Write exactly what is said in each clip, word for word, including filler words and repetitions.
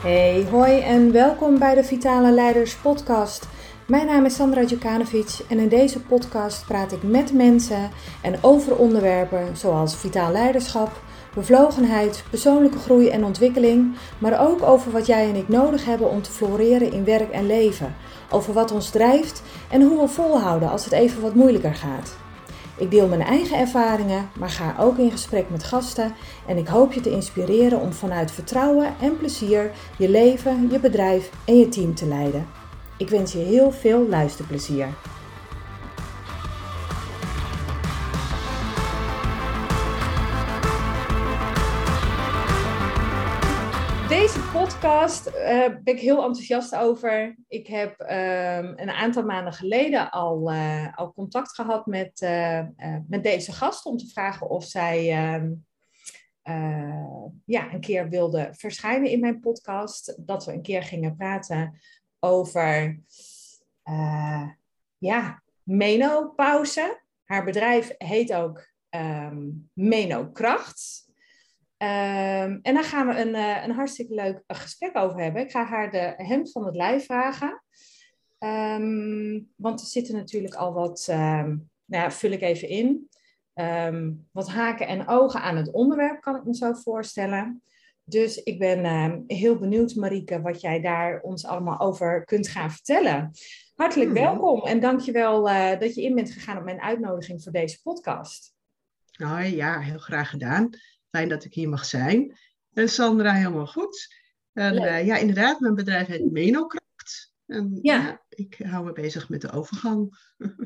Hey, hoi en welkom bij de Vitale Leiders podcast. Mijn naam is Sandra Djukanovic en in deze podcast praat ik met mensen en over onderwerpen zoals vitaal leiderschap, bevlogenheid, persoonlijke groei en ontwikkeling, maar ook over wat jij en ik nodig hebben om te floreren in werk en leven, over wat ons drijft en hoe we volhouden als het even wat moeilijker gaat. Ik deel mijn eigen ervaringen, maar ga ook in gesprek met gasten en ik hoop je te inspireren om vanuit vertrouwen en plezier je leven, je bedrijf en je team te leiden. Ik wens je heel veel luisterplezier. Deze podcast uh, ben ik heel enthousiast over. Ik heb uh, een aantal maanden geleden al, uh, al contact gehad met, uh, uh, met deze gast om te vragen of zij uh, uh, ja, een keer wilde verschijnen in mijn podcast. Dat we een keer gingen praten over uh, ja, menopauze. Haar bedrijf heet ook um, Menokracht. Um, en daar gaan we een, uh, een hartstikke leuk gesprek over hebben. Ik ga haar de hemd van het lijf vragen. Um, want er zitten natuurlijk al wat, um, nou ja, vul ik even in. Um, wat haken en ogen aan het onderwerp, kan ik me zo voorstellen. Dus ik ben um, heel benieuwd, Marieke, wat jij daar ons allemaal over kunt gaan vertellen. Hartelijk Hmm. welkom en dankjewel uh, dat je in bent gegaan op mijn uitnodiging voor deze podcast. Nou ja, heel graag gedaan. Fijn dat ik hier mag zijn. En Sandra, helemaal goed. En uh, ja, inderdaad, mijn bedrijf heet Menokracht. En ja. ja, ik hou me bezig met de overgang.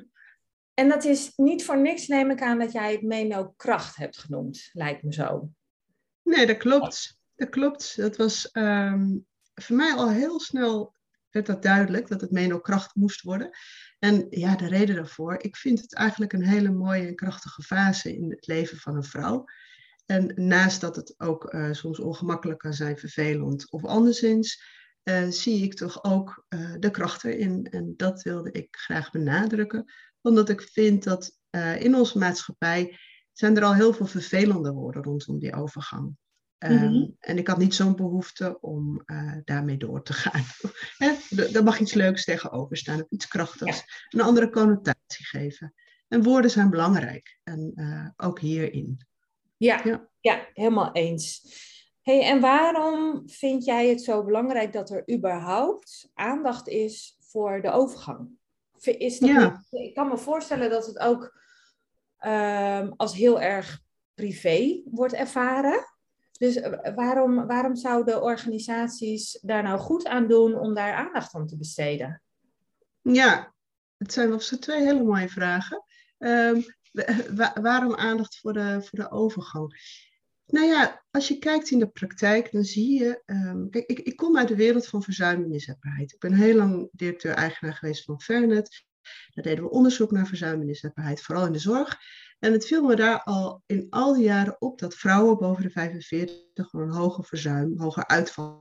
En dat is niet voor niks, neem ik aan, dat jij het Menokracht hebt genoemd, lijkt me zo. Nee, dat klopt. Dat klopt. Dat was um, voor mij al heel snel, werd dat duidelijk, dat het Menokracht moest worden. En ja, de reden daarvoor, ik vind het eigenlijk een hele mooie en krachtige fase in het leven van een vrouw. En naast dat het ook uh, soms ongemakkelijk kan zijn, vervelend of anderszins, uh, zie ik toch ook uh, de kracht erin. En dat wilde ik graag benadrukken. Omdat ik vind dat uh, in onze maatschappij zijn er al heel veel vervelende woorden rondom die overgang. Um, mm-hmm. En ik had niet zo'n behoefte om uh, daarmee door te gaan. Er mag iets leuks tegenover staan, of iets krachtigs. Ja. Een andere connotatie geven. En woorden zijn belangrijk. En uh, ook hierin. Ja, ja. ja, helemaal eens. Hey, en waarom vind jij het zo belangrijk dat er überhaupt aandacht is voor de overgang? Is dat ja. niet, ik kan me voorstellen dat het ook um, als heel erg privé wordt ervaren. Dus uh, waarom, waarom zouden organisaties daar nou goed aan doen om daar aandacht aan te besteden? Ja, het zijn wel twee hele mooie vragen. Um, wa- waarom aandacht voor de, voor de overgang? Nou ja, als je kijkt in de praktijk, dan zie je... Um, kijk, ik, ik kom uit de wereld van verzuim en inzetbaarheid. Ik ben heel lang directeur-eigenaar geweest van Fairnet. Daar deden we onderzoek naar verzuim en inzetbaarheid, vooral in de zorg. En het viel me daar al in al die jaren op dat vrouwen boven de vijfenveertig gewoon een hoger verzuim, hoger uitval.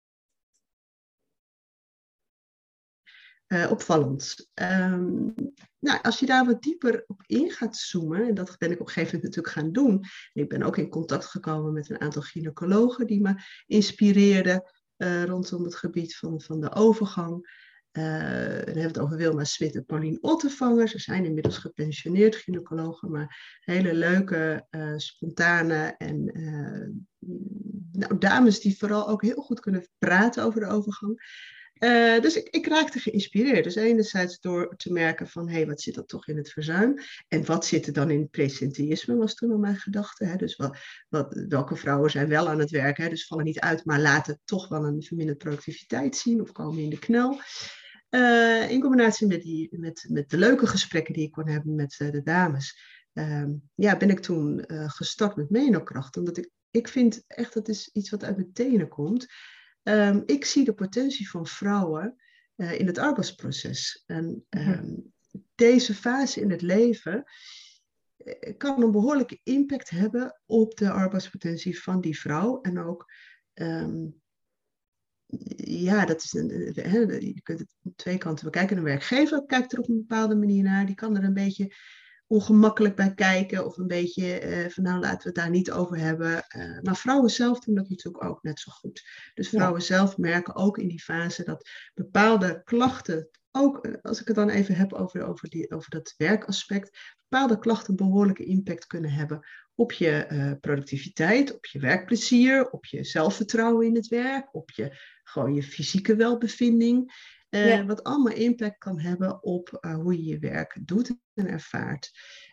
Uh, opvallend. Um, nou, als je daar wat dieper op in gaat zoomen, en dat ben ik op een gegeven moment natuurlijk gaan doen. En ik ben ook in contact gekomen met een aantal gynaecologen die me inspireerden uh, rondom het gebied van, van de overgang. Uh, dan hebben we het over Wilma Smit en Paulien Ottevanger. Ze zijn inmiddels gepensioneerd gynaecologen, maar hele leuke, uh, spontane en uh, nou, dames die vooral ook heel goed kunnen praten over de overgang. Uh, dus ik, ik raakte geïnspireerd. Dus enerzijds door te merken van, hé, hey, wat zit er toch in het verzuim? En wat zit er dan in het presenteïsme, was toen al mijn gedachte. Hè? Dus wat, wat, welke vrouwen zijn wel aan het werken, hè? Dus vallen niet uit, maar laten toch wel een verminderde productiviteit zien of komen in de knel. Uh, in combinatie met, die, met, met de leuke gesprekken die ik kon hebben met uh, de dames, uh, ja, ben ik toen uh, gestart met Menokracht. Omdat ik, ik vind echt, dat is iets wat uit mijn tenen komt. Um, ik zie de potentie van vrouwen uh, in het arbeidsproces. En um, mm-hmm. deze fase in het leven uh, kan een behoorlijke impact hebben op de arbeidspotentie van die vrouw. En ook, um, ja, dat is een, he, je kunt het aan twee kanten bekijken. Een werkgever kijkt er op een bepaalde manier naar. Die kan er een beetje ongemakkelijk bij kijken of een beetje uh, van nou laten we het daar niet over hebben. Uh, maar vrouwen zelf doen dat natuurlijk ook net zo goed. Dus vrouwen ja. zelf merken ook in die fase dat bepaalde klachten, ook als ik het dan even heb over, over, die, over dat werkaspect, bepaalde klachten behoorlijke impact kunnen hebben op je uh, productiviteit, op je werkplezier, op je zelfvertrouwen in het werk, op je, gewoon je fysieke welbevinding. Uh, ja. Wat allemaal impact kan hebben op uh, hoe je je werk doet en ervaart.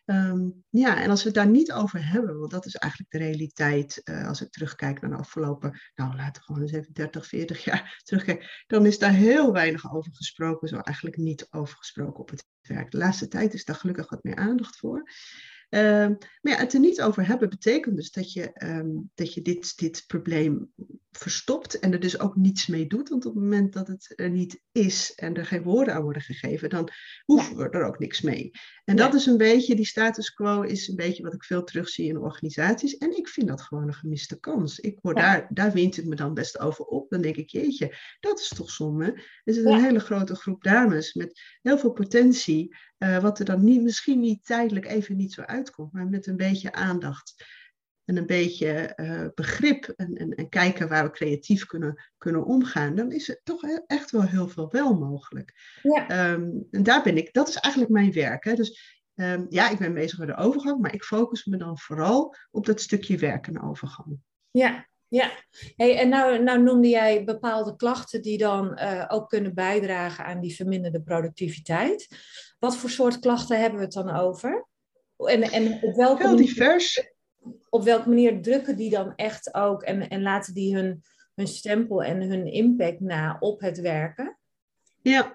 Um, ja, en als we het daar niet over hebben, want dat is eigenlijk de realiteit. Uh, als ik terugkijk naar de afgelopen, nou laten we gewoon eens even dertig, veertig jaar terugkijken. Dan is daar heel weinig over gesproken, zo eigenlijk niet over gesproken op het werk. De laatste tijd is daar gelukkig wat meer aandacht voor. Um, maar ja, het er niet over hebben betekent dus dat je, um, dat je dit, dit probleem verstopt en er dus ook niets mee doet. Want op het moment dat het er niet is en er geen woorden aan worden gegeven, dan hoeven we er ook niks mee. En ja. dat is een beetje, die status quo is een beetje wat ik veel terugzie in organisaties. En ik vind dat gewoon een gemiste kans. Ik word ja. daar, daar wint het me dan best over op. Dan denk ik, jeetje, dat is toch zonde. Er is een ja. hele grote groep dames met heel veel potentie. Uh, wat er dan niet, misschien niet tijdelijk even niet zo uitkomt, maar met een beetje aandacht en een beetje uh, begrip en, en, en kijken waar we creatief kunnen, kunnen omgaan, dan is er toch echt wel heel veel wel mogelijk. Ja. Um, en daar ben ik, dat is eigenlijk mijn werk. Hè? Dus um, ja, ik ben bezig met de overgang, maar ik focus me dan vooral op dat stukje werk en overgang. Ja. Ja, hey, en nou, nou noemde jij bepaalde klachten die dan uh, ook kunnen bijdragen aan die verminderde productiviteit. Wat voor soort klachten hebben we het dan over? En, en op, welke Heel divers. Manier, op welke manier drukken die dan echt ook en, en laten die hun, hun stempel en hun impact na op het werken? Ja.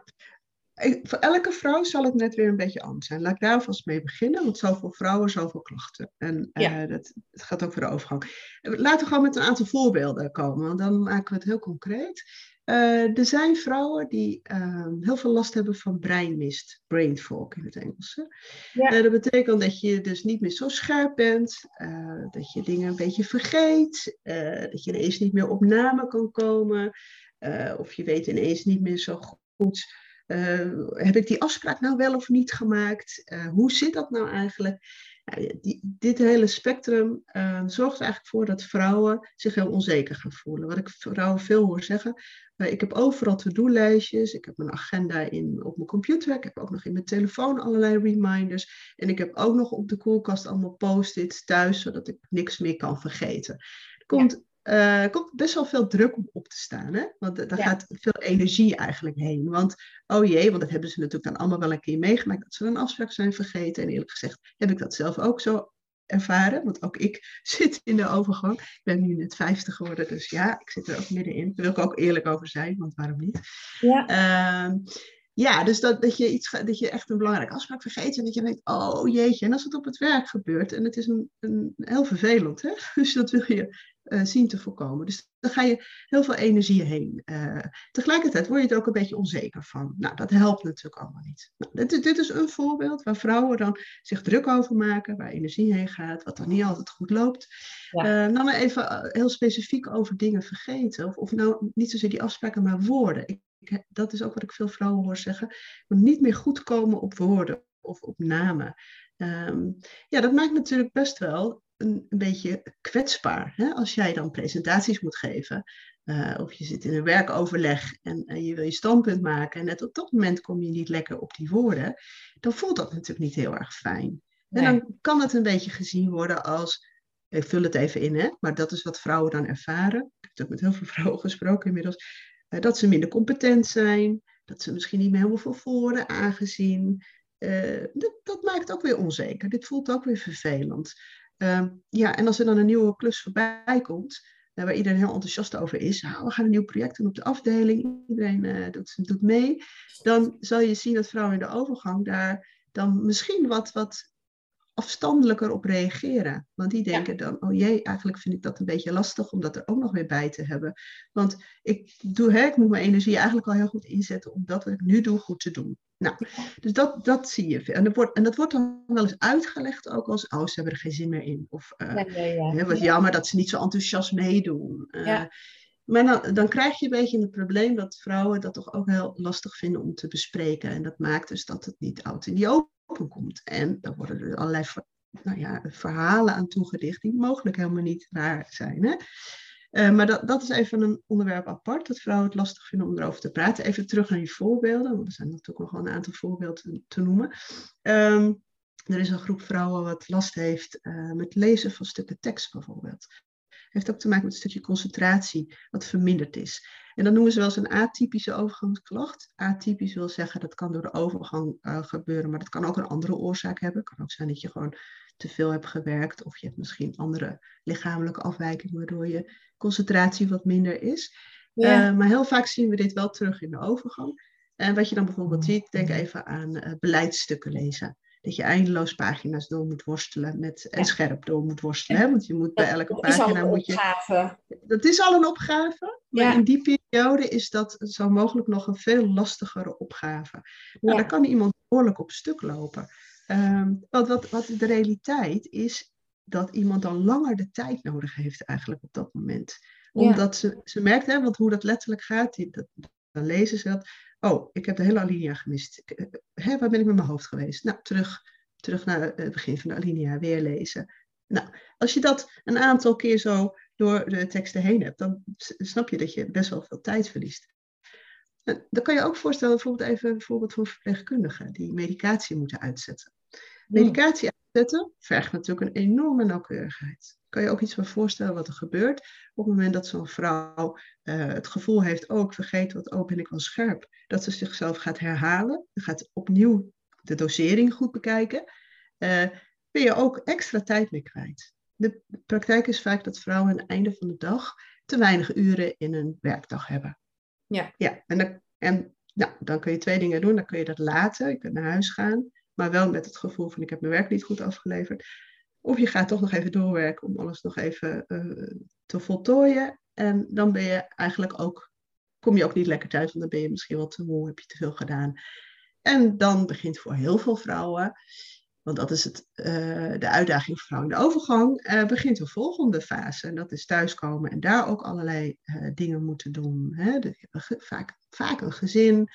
Voor elke vrouw zal het net weer een beetje anders zijn. Laat ik daar alvast mee beginnen, want zoveel vrouwen, zoveel klachten. En ja. uh, dat, het gaat ook voor de overgang. Laten we gewoon met een aantal voorbeelden komen, want dan maken we het heel concreet. Uh, er zijn vrouwen die uh, heel veel last hebben van breinmist, brain fog in het Engels. Ja. Uh, dat betekent dat je dus niet meer zo scherp bent, uh, dat je dingen een beetje vergeet, uh, dat je ineens niet meer op namen kan komen, uh, of je weet ineens niet meer zo goed... Uh, heb ik die afspraak nou wel of niet gemaakt? Uh, hoe zit dat nou eigenlijk? Uh, die, dit hele spectrum uh, zorgt er eigenlijk voor dat vrouwen zich heel onzeker gaan voelen. Wat ik vrouwen veel hoor zeggen. Uh, ik heb overal to-do-lijstjes. Ik heb mijn agenda in, op mijn computer. Ik heb ook nog in mijn telefoon allerlei reminders. En ik heb ook nog op de koelkast allemaal post-its thuis, zodat ik niks meer kan vergeten. Er komt... Ja. Er uh, komt best wel veel druk om op te staan. Hè? Want daar ja. gaat veel energie eigenlijk heen. Want, oh jee, want dat hebben ze natuurlijk dan allemaal wel een keer meegemaakt. Dat ze een afspraak zijn vergeten. En eerlijk gezegd heb ik dat zelf ook zo ervaren. Want ook ik zit in de overgang. Ik ben nu net vijftig geworden. Dus ja, ik zit er ook middenin. Daar wil ik ook eerlijk over zijn. Want waarom niet? Ja. Uh, Ja, dus dat, dat, je iets, dat je echt een belangrijke afspraak vergeet en dat je denkt, oh jeetje, en als het op het werk gebeurt, en het is een, een, heel vervelend, hè? Dus dat wil je uh, zien te voorkomen. Dus dan ga je heel veel energie heen. Uh, tegelijkertijd word je er ook een beetje onzeker van. Nou, dat helpt natuurlijk allemaal niet. Nou, dit, dit is een voorbeeld waar vrouwen dan zich druk over maken, waar energie heen gaat, wat dan niet altijd goed loopt. Ja. Uh, dan maar even heel specifiek over dingen vergeten, of, of nou niet zozeer die afspraken, maar woorden. Ik, Ik, dat is ook wat ik veel vrouwen hoor zeggen. Maar niet meer goed komen op woorden of op namen. Um, ja, dat maakt natuurlijk best wel een, een beetje kwetsbaar. Hè? Als jij dan presentaties moet geven. Uh, of je zit in een werkoverleg en uh, je wil je standpunt maken. En net op dat moment kom je niet lekker op die woorden. Dan voelt dat natuurlijk niet heel erg fijn. Nee. En dan kan het een beetje gezien worden als... Ik vul het even in, hè? Maar dat is wat vrouwen dan ervaren. Ik heb ook met heel veel vrouwen gesproken inmiddels. Uh, dat ze minder competent zijn, dat ze misschien niet meer helemaal voor worden aangezien. Uh, dat, dat maakt ook weer onzeker. Dit voelt ook weer vervelend. Uh, ja, en als er dan een nieuwe klus voorbij komt, uh, waar iedereen heel enthousiast over is, nou, we gaan een nieuw project doen op de afdeling, iedereen uh, doet, doet mee, dan zal je zien dat vrouwen in de overgang daar dan misschien wat... wat afstandelijker op reageren. Want die denken ja. dan, oh jee, eigenlijk vind ik dat een beetje lastig om dat er ook nog weer bij te hebben. Want ik, doe, hè, ik moet mijn energie eigenlijk al heel goed inzetten om dat wat ik nu doe goed te doen. Nou, dus dat, dat zie je. En dat, wordt, en dat wordt dan wel eens uitgelegd ook als, oh, ze hebben er geen zin meer in. Of, uh, ja, ja, ja. Hè, wat ja. jammer dat ze niet zo enthousiast meedoen. Uh, ja. Maar dan, dan krijg je een beetje het probleem dat vrouwen dat toch ook heel lastig vinden om te bespreken. En dat maakt dus dat het niet oud in die open komt. En dan worden er allerlei nou ja, verhalen aan toegedicht die mogelijk helemaal niet waar zijn. Hè? Uh, maar dat, dat is even een onderwerp apart, dat vrouwen het lastig vinden om erover te praten. Even terug naar die voorbeelden, want er zijn natuurlijk nog wel een aantal voorbeelden te noemen. Um, er is een groep vrouwen wat last heeft uh, met lezen van stukken tekst bijvoorbeeld. Heeft ook te maken met een stukje concentratie wat verminderd is. En dat noemen ze wel eens een atypische overgangsklacht. Atypisch wil zeggen dat kan door de overgang uh, gebeuren, maar dat kan ook een andere oorzaak hebben. Het kan ook zijn dat je gewoon te veel hebt gewerkt of je hebt misschien andere lichamelijke afwijkingen waardoor je concentratie wat minder is. Ja. Uh, maar heel vaak zien we dit wel terug in de overgang. En wat je dan bijvoorbeeld ziet, denk even aan uh, beleidsstukken lezen. Dat je eindeloos pagina's door moet worstelen met, en ja. scherp door moet worstelen. Hè? Want je moet bij elke dat pagina... Is moet je, opgave. dat is al een opgave. Maar ja. in die periode is dat zo mogelijk nog een veel lastigere opgave. Nou, ja. Dan kan iemand behoorlijk op stuk lopen. Um, wat, wat, wat de realiteit is, dat iemand dan langer de tijd nodig heeft eigenlijk op dat moment. Omdat ja. ze, ze merkt, hè, want hoe dat letterlijk gaat, die, dat, dan lezen ze dat. Oh, ik heb de hele alinea gemist. Ik, hè, waar ben ik met mijn hoofd geweest? Nou, terug, terug naar het begin van de alinea, weer lezen. Nou, als je dat een aantal keer zo door de teksten heen hebt, dan snap je dat je best wel veel tijd verliest. Dan kan je ook voorstellen, bijvoorbeeld even een voorbeeld van verpleegkundigen die medicatie moeten uitzetten. Medicatie uitzetten vergt natuurlijk een enorme nauwkeurigheid. Kan je ook iets van voorstellen wat er gebeurt op het moment dat zo'n vrouw uh, het gevoel heeft, oh ik vergeet wat, oh ben ik wel scherp. Dat ze zichzelf gaat herhalen, gaat opnieuw de dosering goed bekijken. Uh, ben je ook extra tijd mee kwijt. De praktijk is vaak dat vrouwen aan het einde van de dag te weinig uren in een werkdag hebben. Ja. Ja, en, dan, en nou, dan kun je twee dingen doen. Dan kun je dat laten, je kunt naar huis gaan, maar wel met het gevoel van ik heb mijn werk niet goed afgeleverd. Of je gaat toch nog even doorwerken om alles nog even uh, te voltooien. En dan ben je eigenlijk ook, kom je ook niet lekker thuis, want dan ben je misschien wel te moe, heb je te veel gedaan. En dan begint voor heel veel vrouwen, want dat is het, uh, de uitdaging voor vrouwen in de overgang, uh, begint de volgende fase. En dat is thuiskomen en daar ook allerlei uh, dingen moeten doen. Hè? De, vaak, vaak een gezin.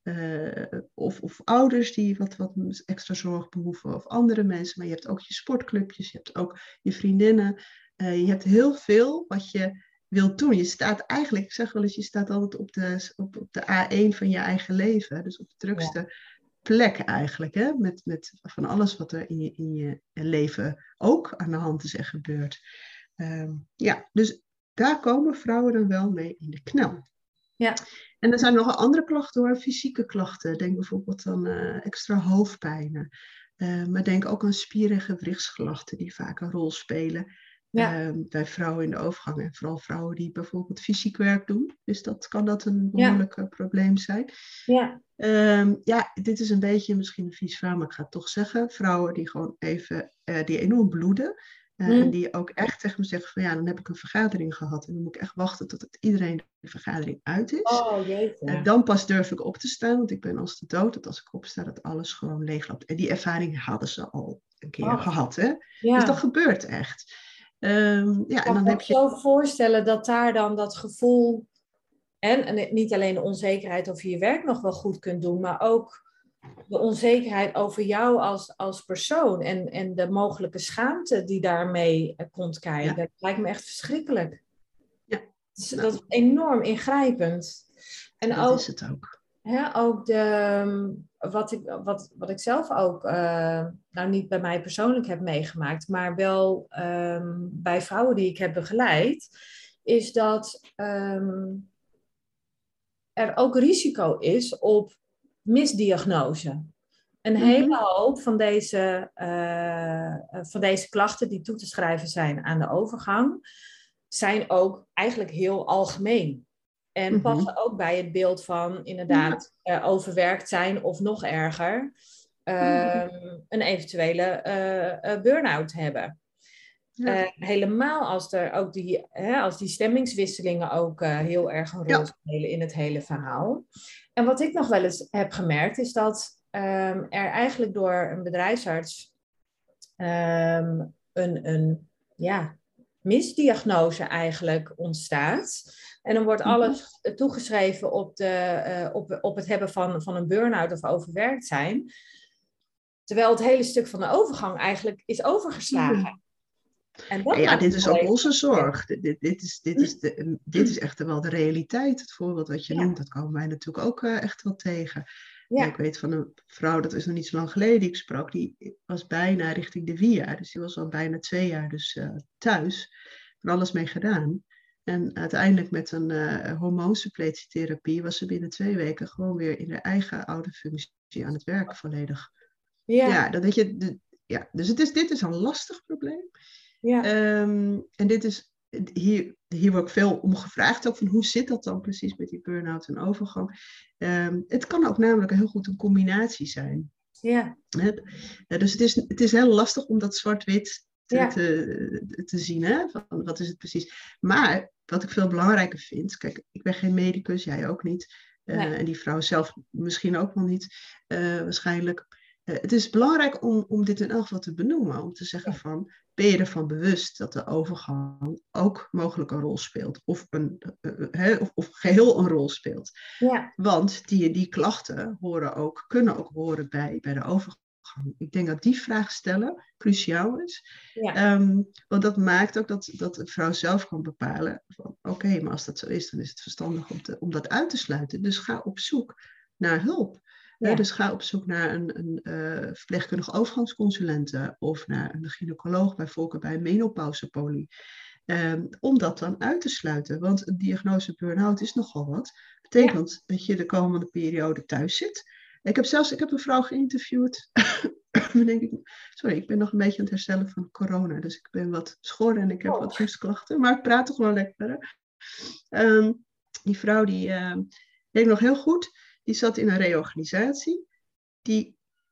Uh, of, of ouders die wat, wat extra zorg behoeven, of andere mensen. Maar je hebt ook je sportclubjes, je hebt ook je vriendinnen. Uh, je hebt heel veel wat je wilt doen. Je staat eigenlijk, ik zeg wel eens, je staat altijd op de, op, op de A één van je eigen leven. Dus op de drukste ja. plek eigenlijk. Hè? Met, met van alles wat er in je, in je leven ook aan de hand is en gebeurt. Um, ja, dus daar komen vrouwen dan wel mee in de knel. Ja. En er zijn nog andere klachten hoor, fysieke klachten. Denk bijvoorbeeld aan uh, extra hoofdpijnen. Uh, maar denk ook aan spier- en gewrichtsklachten die vaak een rol spelen. Ja. Uh, bij vrouwen in de overgang. En vooral vrouwen die bijvoorbeeld fysiek werk doen. Dus dat kan dat een behoorlijk ja. probleem zijn. Ja. Um, ja, dit is een beetje misschien een vies verhaal, maar ik ga het toch zeggen. Vrouwen die gewoon even, uh, die enorm bloeden. Uh, mm. En die ook echt tegen me zeggen van ja, dan heb ik een vergadering gehad. En dan moet ik echt wachten tot het iedereen de vergadering uit is. Oh, jeetje. Uh, dan pas durf ik op te staan, want ik ben als de dood. Dat als ik opsta, dat alles gewoon leegloopt. En die ervaring hadden ze al een keer oh. gehad. Hè? Ja. Dus dat gebeurt echt. Um, ja, ik kan en dan me heb je... zo voorstellen dat daar dan dat gevoel... En, en niet alleen de onzekerheid of je je werk nog wel goed kunt doen, maar ook de onzekerheid over jou als, als persoon en, en de mogelijke schaamte die daarmee uh, komt kijken. Ja. Dat lijkt me echt verschrikkelijk. Ja. Dus, nou. Dat is enorm ingrijpend. En dat ook, is het ook. Hè, ook de, wat, ik, wat, wat ik zelf ook, uh, nou niet bij mij persoonlijk heb meegemaakt, maar wel um, bij vrouwen die ik heb begeleid, is dat... Um, er ook risico is op misdiagnose. Een mm-hmm. hele hoop van deze, uh, van deze klachten die toe te schrijven zijn aan de overgang, zijn ook eigenlijk heel algemeen. En mm-hmm. passen ook bij het beeld van inderdaad uh, overwerkt zijn of nog erger, uh, mm-hmm. een eventuele uh, uh, burn-out hebben. Ja. Uh, helemaal als er ook die, hè, als die stemmingswisselingen ook uh, heel erg een rol ja. spelen in het hele verhaal. En wat ik nog wel eens heb gemerkt is dat um, er eigenlijk door een bedrijfsarts um, een, een ja, misdiagnose eigenlijk ontstaat. En dan wordt alles mm-hmm. toegeschreven op, de, uh, op, op het hebben van, van een burn-out of overwerkt zijn. Terwijl het hele stuk van de overgang eigenlijk is overgeslagen. En dat ja, maakt dit het is wel ook even- onze zorg. Dit, dit, dit, is, dit, is de, dit is echt wel de realiteit. Het voorbeeld wat je Ja. noemt, dat komen wij natuurlijk ook uh, echt wel tegen. Ja. Ik weet van een vrouw, dat is nog niet zo lang geleden, die ik sprak, die was bijna richting de vier jaar. Dus die was al bijna twee jaar dus uh, thuis. Er alles mee gedaan. En uiteindelijk met een uh, hormoonsuppletitherapie was ze binnen twee weken gewoon weer in haar eigen oude functie aan het werk volledig. Ja. Ja, dat weet je. De, ja. Dus het is, dit is een lastig probleem. Ja. Um, en dit is, hier, hier wordt veel om gevraagd ook van hoe zit dat dan precies met die burn-out en overgang. Um, het kan ook namelijk heel goed een combinatie zijn. Ja. He, dus het is, het is heel lastig om dat zwart-wit te, Ja. te, te zien. Hè? Van, wat is het precies? Maar wat ik veel belangrijker vind, kijk, ik ben geen medicus, jij ook niet. Uh, nee. En die vrouw zelf misschien ook wel niet, uh, waarschijnlijk. Uh, het is belangrijk om, om dit in elk geval te benoemen. Om te zeggen van, ben je ervan bewust dat de overgang ook mogelijk een rol speelt? Of, een, uh, uh, of, of geheel een rol speelt? Ja. Want die, die klachten horen ook, kunnen ook horen bij, bij de overgang. Ik denk dat die vraag stellen cruciaal is. Ja. Um, want dat maakt ook dat, dat de vrouw zelf kan bepalen van oké, okay, maar als dat zo is, dan is het verstandig om, te, om dat uit te sluiten. Dus ga op zoek naar hulp. Ja. He, dus ga op zoek naar een, een uh, verpleegkundige overgangsconsulente of naar een gynaecoloog, bijvoorbeeld bij een menopausepolie. Um, om dat dan uit te sluiten. Want een diagnose burn-out is nogal wat. Betekent ja. dat je de komende periode thuis zit. Ik heb zelfs ik heb een vrouw geïnterviewd. denk ik, sorry, ik ben nog een beetje aan het herstellen van corona. Dus ik ben wat schor en ik heb oh. wat hoestklachten. Maar ik praat toch wel lekker. Um, die vrouw die uh, deed nog heel goed. Die zat in een reorganisatie. Die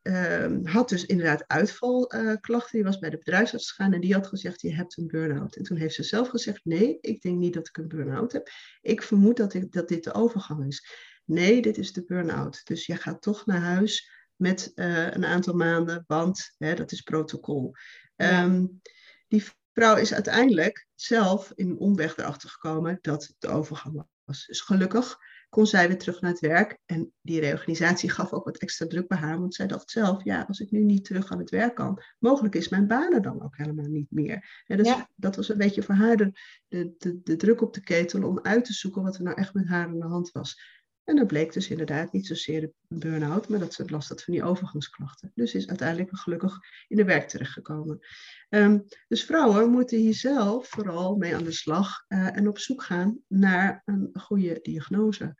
um, had dus inderdaad uitvalklachten. Uh, die was bij de bedrijfsarts gegaan en die had gezegd, je hebt een burn-out. En toen heeft ze zelf gezegd, nee, ik denk niet dat ik een burn-out heb. Ik vermoed dat, ik, dat dit de overgang is. Nee, dit is de burn-out. Dus je gaat toch naar huis met uh, een aantal maanden, want hè, dat is protocol. Ja. Um, die vrouw is uiteindelijk zelf in een omweg erachter gekomen dat het de overgang was. Dus gelukkig kon zij weer terug naar het werk. En die reorganisatie gaf ook wat extra druk bij haar. Want zij dacht zelf, ja, als ik nu niet terug aan het werk kan, mogelijk is mijn baan er dan ook helemaal niet meer. En dus ja. dat was een beetje voor haar de, de, de, de druk op de ketel om uit te zoeken wat er nou echt met haar aan de hand was. En dat bleek dus inderdaad niet zozeer de burn-out, maar dat ze last had van die overgangsklachten. Dus is uiteindelijk gelukkig in de werk terechtgekomen. Um, dus vrouwen moeten hier zelf vooral mee aan de slag uh, en op zoek gaan naar een goede diagnose.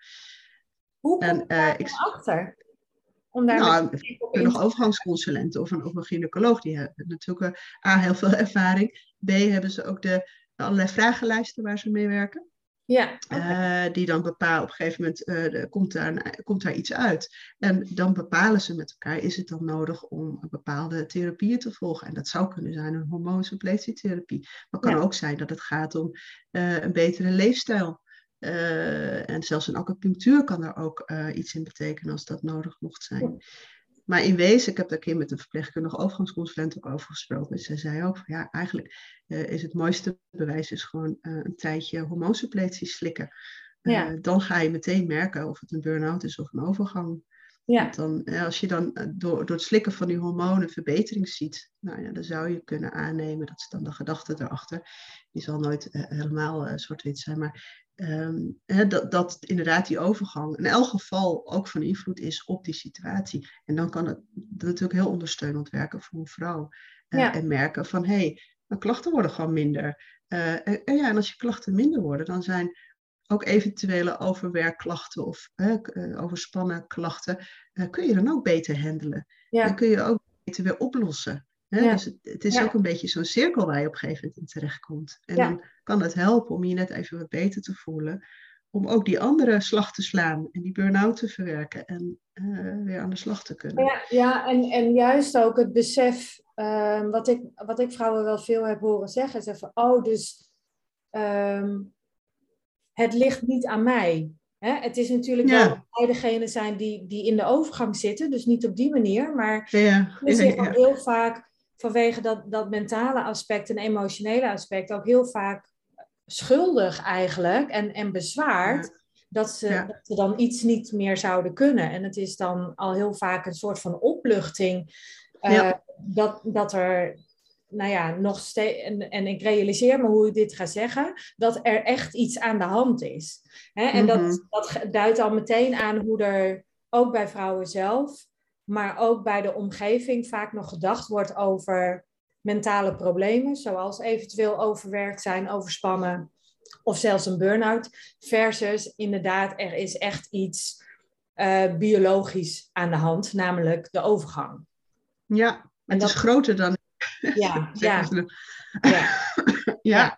Hoe kom je daar ik, achter? Om daar nou, met nog overgangsconsulenten of een, of een gynaecoloog, die hebben natuurlijk uh, A, heel veel ervaring. B, hebben ze ook de, de allerlei vragenlijsten waar ze mee werken. Ja, okay. uh, die dan bepalen, op een gegeven moment uh, de, komt, daar, komt daar iets uit. En dan bepalen ze met elkaar, is het dan nodig om een bepaalde therapieën te volgen? En dat zou kunnen zijn een hormoonsuppletitherapie. Maar het kan ja. ook zijn dat het gaat om uh, een betere leefstijl. Uh, en zelfs een acupunctuur kan er ook uh, iets in betekenen als dat nodig mocht zijn. Ja. Maar in wezen, ik heb daar een keer met een verpleegkundige overgangsconsulent ook over gesproken. Ze zei ook, van, ja, eigenlijk uh, is het mooiste bewijs is gewoon uh, een tijdje hormoonsuppletie slikken. Uh, ja. Dan ga je meteen merken of het een burn-out is of een overgang. Ja. Want dan, als je dan uh, door, door het slikken van die hormonen verbetering ziet, nou ja, dan zou je kunnen aannemen, dat is dan de gedachte erachter. Die zal nooit uh, helemaal uh, zwart-wit zijn, maar Um, he, dat, dat inderdaad die overgang in elk geval ook van invloed is op die situatie. En dan kan het natuurlijk heel ondersteunend werken voor een vrouw. Uh, ja. En merken van, hé, hey, mijn klachten worden gewoon minder. Uh, en, en ja, en als je klachten minder worden, dan zijn ook eventuele overwerkklachten of uh, uh, overspannen klachten, uh, kun je dan ook beter handelen. Ja. Dan kun je ook beter weer oplossen. He, ja. Dus het, het is ja. ook een beetje zo'n cirkel waar je op een gegeven moment in terechtkomt. En ja. dan kan het helpen om je net even wat beter te voelen. Om ook die andere slag te slaan en die burn-out te verwerken en uh, weer aan de slag te kunnen. Ja, ja en, en juist ook het besef, uh, wat, ik, wat ik vrouwen wel veel heb horen zeggen. Is van, oh, dus um, het ligt niet aan mij. Hè? Het is natuurlijk ja. wel dat wij degene zijn die, die in de overgang zitten. Dus niet op die manier. Maar ja. we zich ja, ja. ook heel vaak vanwege dat, dat mentale aspect en emotionele aspect ook heel vaak schuldig eigenlijk en, en bezwaard ja. dat, ze, ja. dat ze dan iets niet meer zouden kunnen. En het is dan al heel vaak een soort van opluchting Uh, ja. dat, dat er, nou ja, nog steeds, en, en ik realiseer me hoe ik dit ga zeggen, dat er echt iets aan de hand is. Hè? En Mm-hmm. dat, dat duidt al meteen aan hoe er, ook bij vrouwen zelf, maar ook bij de omgeving vaak nog gedacht wordt over mentale problemen, zoals eventueel overwerkt zijn, overspannen of zelfs een burn-out, versus inderdaad, er is echt iets uh, biologisch aan de hand, namelijk de overgang. Ja, het dat, is groter dan... Ja, ja. ja. ja. ja.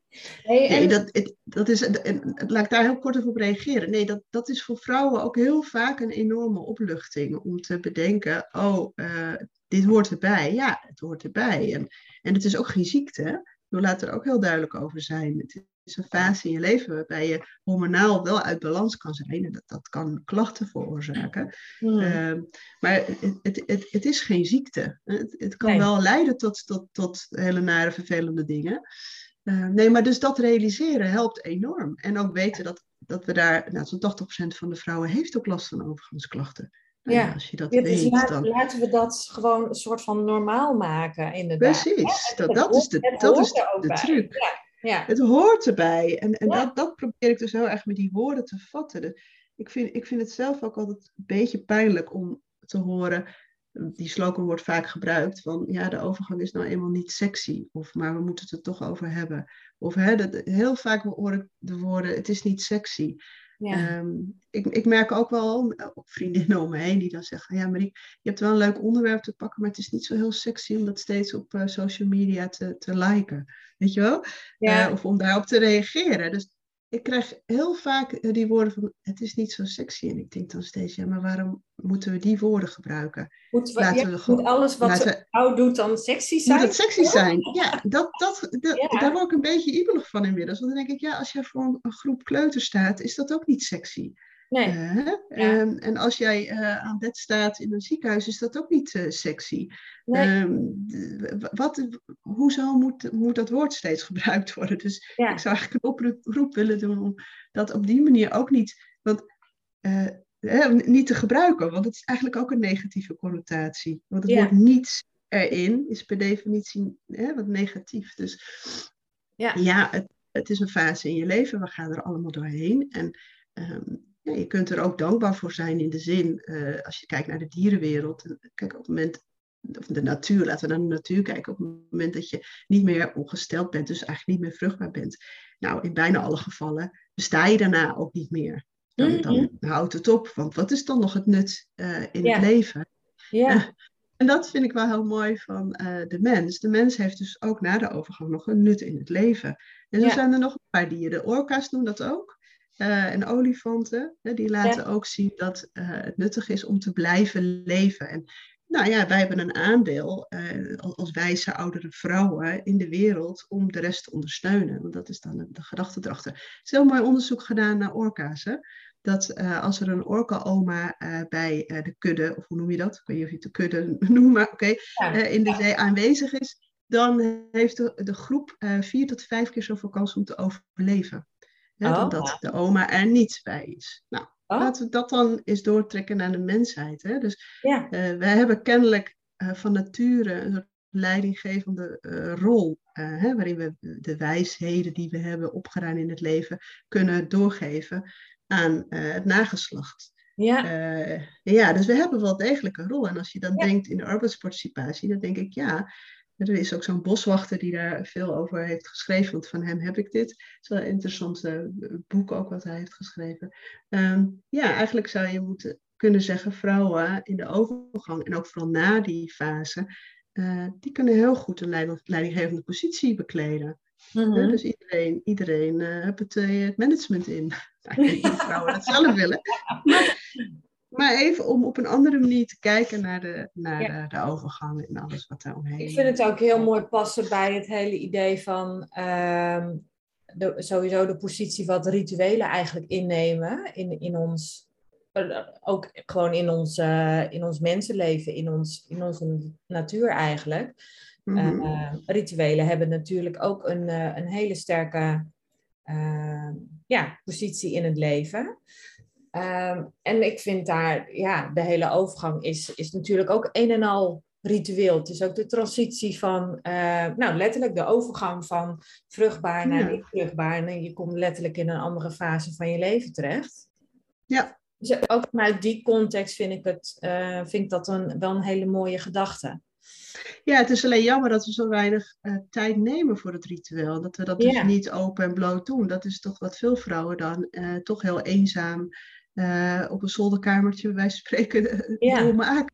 Hey, en... Nee, dat, het, dat is, laat ik daar heel kort even op reageren. Nee, dat, dat is voor vrouwen ook heel vaak een enorme opluchting om te bedenken, oh, uh, dit hoort erbij. Ja, het hoort erbij. En, en het is ook geen ziekte. We laten er ook heel duidelijk over zijn. Het is een fase in je leven waarbij je hormonaal wel uit balans kan zijn. En dat, dat kan klachten veroorzaken. Mm. Uh, maar het, het, het, het is geen ziekte. Het, het kan nee. wel leiden tot, tot, tot hele nare, vervelende dingen. Uh, nee, maar dus dat realiseren helpt enorm. En ook weten dat, dat we daar, nou, zo'n tachtig procent van de vrouwen heeft ook last van overgangsklachten. Nou, ja. ja, als je dat ja, weet, dus laat, dan... laten we dat gewoon een soort van normaal maken, inderdaad. Precies, ja, dat, dat is de, dat is de, de truc. Ja, ja. Het hoort erbij. En, en ja. dat, dat probeer ik dus heel erg met die woorden te vatten. De, ik, vind, ik vind het zelf ook altijd een beetje pijnlijk om te horen... Die slogan wordt vaak gebruikt van, ja, de overgang is nou eenmaal niet sexy. Of, maar we moeten het er toch over hebben. Of hè, dat, heel vaak hoor ik de woorden, het is niet sexy. Ja. Um, ik, ik merk ook wel op vriendinnen om me heen die dan zeggen, ja, Marieke, je hebt wel een leuk onderwerp te pakken, maar het is niet zo heel sexy om dat steeds op uh, social media te, te liken. Weet je wel? Ja. Uh, of om daarop te reageren. Dus ik krijg heel vaak die woorden van, het is niet zo sexy. En ik denk dan steeds, ja, maar waarom moeten we die woorden gebruiken? Moet, we, ja, we gewoon, moet alles wat een vrouw doet dan sexy zijn? Moet het sexy zijn? Ja, dat, dat, dat, ja. Daar word ik een beetje ibelig van inmiddels. Want dan denk ik, ja, als jij voor een groep kleuters staat, is dat ook niet sexy. Nee. Uh, ja. um, en als jij uh, aan bed staat in een ziekenhuis, is dat ook niet uh, sexy. Nee. Um, wat, hoezo moet, moet dat woord steeds gebruikt worden? Dus ja. ik zou eigenlijk een oproep willen doen om dat op die manier ook niet, want, uh, eh, niet te gebruiken. Want het is eigenlijk ook een negatieve connotatie. Want het ja. woord niets erin is per definitie eh, wat negatief. Dus ja, ja het, het is een fase in je leven. We gaan er allemaal doorheen. En um, ja, je kunt er ook dankbaar voor zijn in de zin, uh, als je kijkt naar de dierenwereld. En, kijk, op het moment, of de natuur, laten we naar de natuur kijken. Op het moment dat je niet meer ongesteld bent, dus eigenlijk niet meer vruchtbaar bent. Nou, in bijna alle gevallen besta je daarna ook niet meer. Dan, dan houdt het op. Want wat is dan nog het nut uh, in ja. het leven? Ja. Uh, en dat vind ik wel heel mooi van uh, de mens. De mens heeft dus ook na de overgang nog een nut in het leven. En zo ja. zijn er nog een paar dieren. De orka's doen dat ook. Uh, en olifanten, hè, die laten ja. ook zien dat uh, het nuttig is om te blijven leven. En nou ja, wij hebben een aandeel uh, als wijze oudere vrouwen in de wereld om de rest te ondersteunen. Want dat is dan de, de gedachte erachter. Er is heel mooi onderzoek gedaan naar orka's. Hè? Dat uh, als er een orka-oma uh, bij uh, de kudde, of hoe noem je dat? Ik weet niet of je het de kudde noemt, maar oké, okay, ja. uh, in de zee aanwezig is, dan heeft de, de groep uh, vier tot vijf keer zoveel kans om te overleven. Hè, oh, dan dat de oma er niet bij is. Nou, oh. laten we dat dan eens doortrekken naar de mensheid. Hè? Dus ja. uh, wij hebben kennelijk uh, van nature een soort leidinggevende uh, rol, uh, hè, waarin we de wijsheden die we hebben opgedaan in het leven kunnen doorgeven aan uh, het nageslacht. Ja. Uh, ja, dus we hebben wel degelijk een rol. En als je dan ja. denkt in de arbeidsparticipatie, dan denk ik ja. Er is ook zo'n boswachter die daar veel over heeft geschreven, want van hem heb ik dit. Het is wel een interessant uh, boek ook wat hij heeft geschreven. Um, ja, eigenlijk zou je moeten kunnen zeggen, vrouwen in de overgang en ook vooral na die fase, uh, die kunnen heel goed een leiding, leidinggevende positie bekleden. Mm-hmm. Uh, dus iedereen, iedereen uh, heeft het, uh, het management in. Nou, ik weet niet of vrouwen dat zelf willen. Maar, Maar even om op een andere manier te kijken naar de, naar ja. de, de overgang en alles wat daar omheen. Ik vind het ook heel mooi passen bij het hele idee van uh, de, sowieso de positie wat rituelen eigenlijk innemen in, in ons, uh, ook gewoon in ons, uh, in ons mensenleven, in, ons, in onze natuur eigenlijk. Mm-hmm. Uh, rituelen hebben natuurlijk ook een, uh, een hele sterke uh, ja, positie in het leven. Um, en ik vind daar, ja, de hele overgang is, is natuurlijk ook een en al ritueel. Het is ook de transitie van, uh, nou letterlijk de overgang van vruchtbaar naar Ja. niet vruchtbaar. En je komt letterlijk in een andere fase van je leven terecht. Ja. Dus ook vanuit die context vind ik, het, uh, vind ik dat een, wel een hele mooie gedachte. Ja, het is alleen jammer dat we zo weinig uh, tijd nemen voor het ritueel. Dat we dat dus Ja. niet open en bloot doen. Dat is toch wat veel vrouwen dan uh, toch heel eenzaam uh, op een zolderkamertje, bij wijze van spreken, Ja. doormaken.